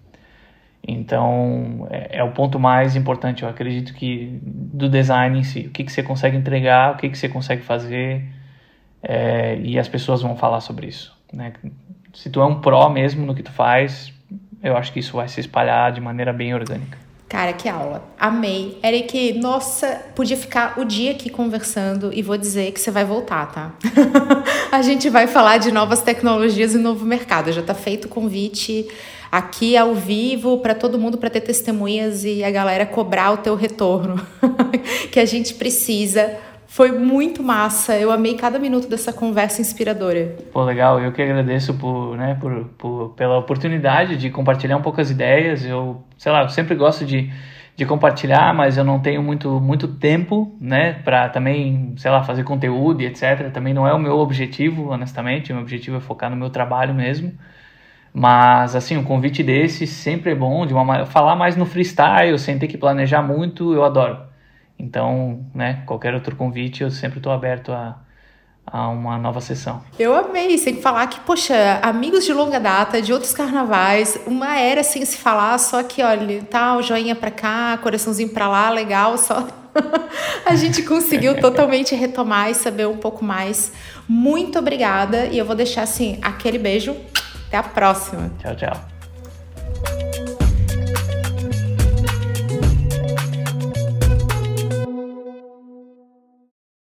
Então, é, é o ponto mais importante, eu acredito, que do design em si. O que, que você consegue entregar, o que, que você consegue fazer, é, e as pessoas vão falar sobre isso, né? Se tu é um pró mesmo no que tu faz, eu acho que isso vai se espalhar de maneira bem orgânica. Cara, que aula. Amei. Eric, nossa, podia ficar o dia aqui conversando e vou dizer que você vai voltar, tá? A gente vai falar de novas tecnologias e novo mercado. Já tá feito o convite aqui ao vivo para todo mundo, para ter testemunhas e a galera cobrar o teu retorno que a gente precisa. Foi muito massa, eu amei cada minuto dessa conversa inspiradora. Pô, legal, eu que agradeço por, né, por, por, pela oportunidade de compartilhar um pouco as ideias. Eu, sei lá, eu sempre gosto de, de compartilhar, mas eu não tenho muito, muito tempo, né, para também, sei lá, fazer conteúdo e etcétera. Também não é o meu objetivo, honestamente, o meu objetivo é focar no meu trabalho mesmo. Mas, assim, um convite desse sempre é bom, de uma, falar mais no freestyle, sem ter que planejar muito, eu adoro. Então, né, qualquer outro convite, eu sempre estou aberto a, a uma nova sessão. Eu amei, sem falar que, poxa, amigos de longa data, de outros carnavais, uma era sem se falar, só que, olha, tá, o joinha pra cá, coraçãozinho pra lá, legal, só... A gente conseguiu totalmente retomar e saber um pouco mais. Muito obrigada, e eu vou deixar, assim, aquele beijo. Até a próxima. Tchau, tchau.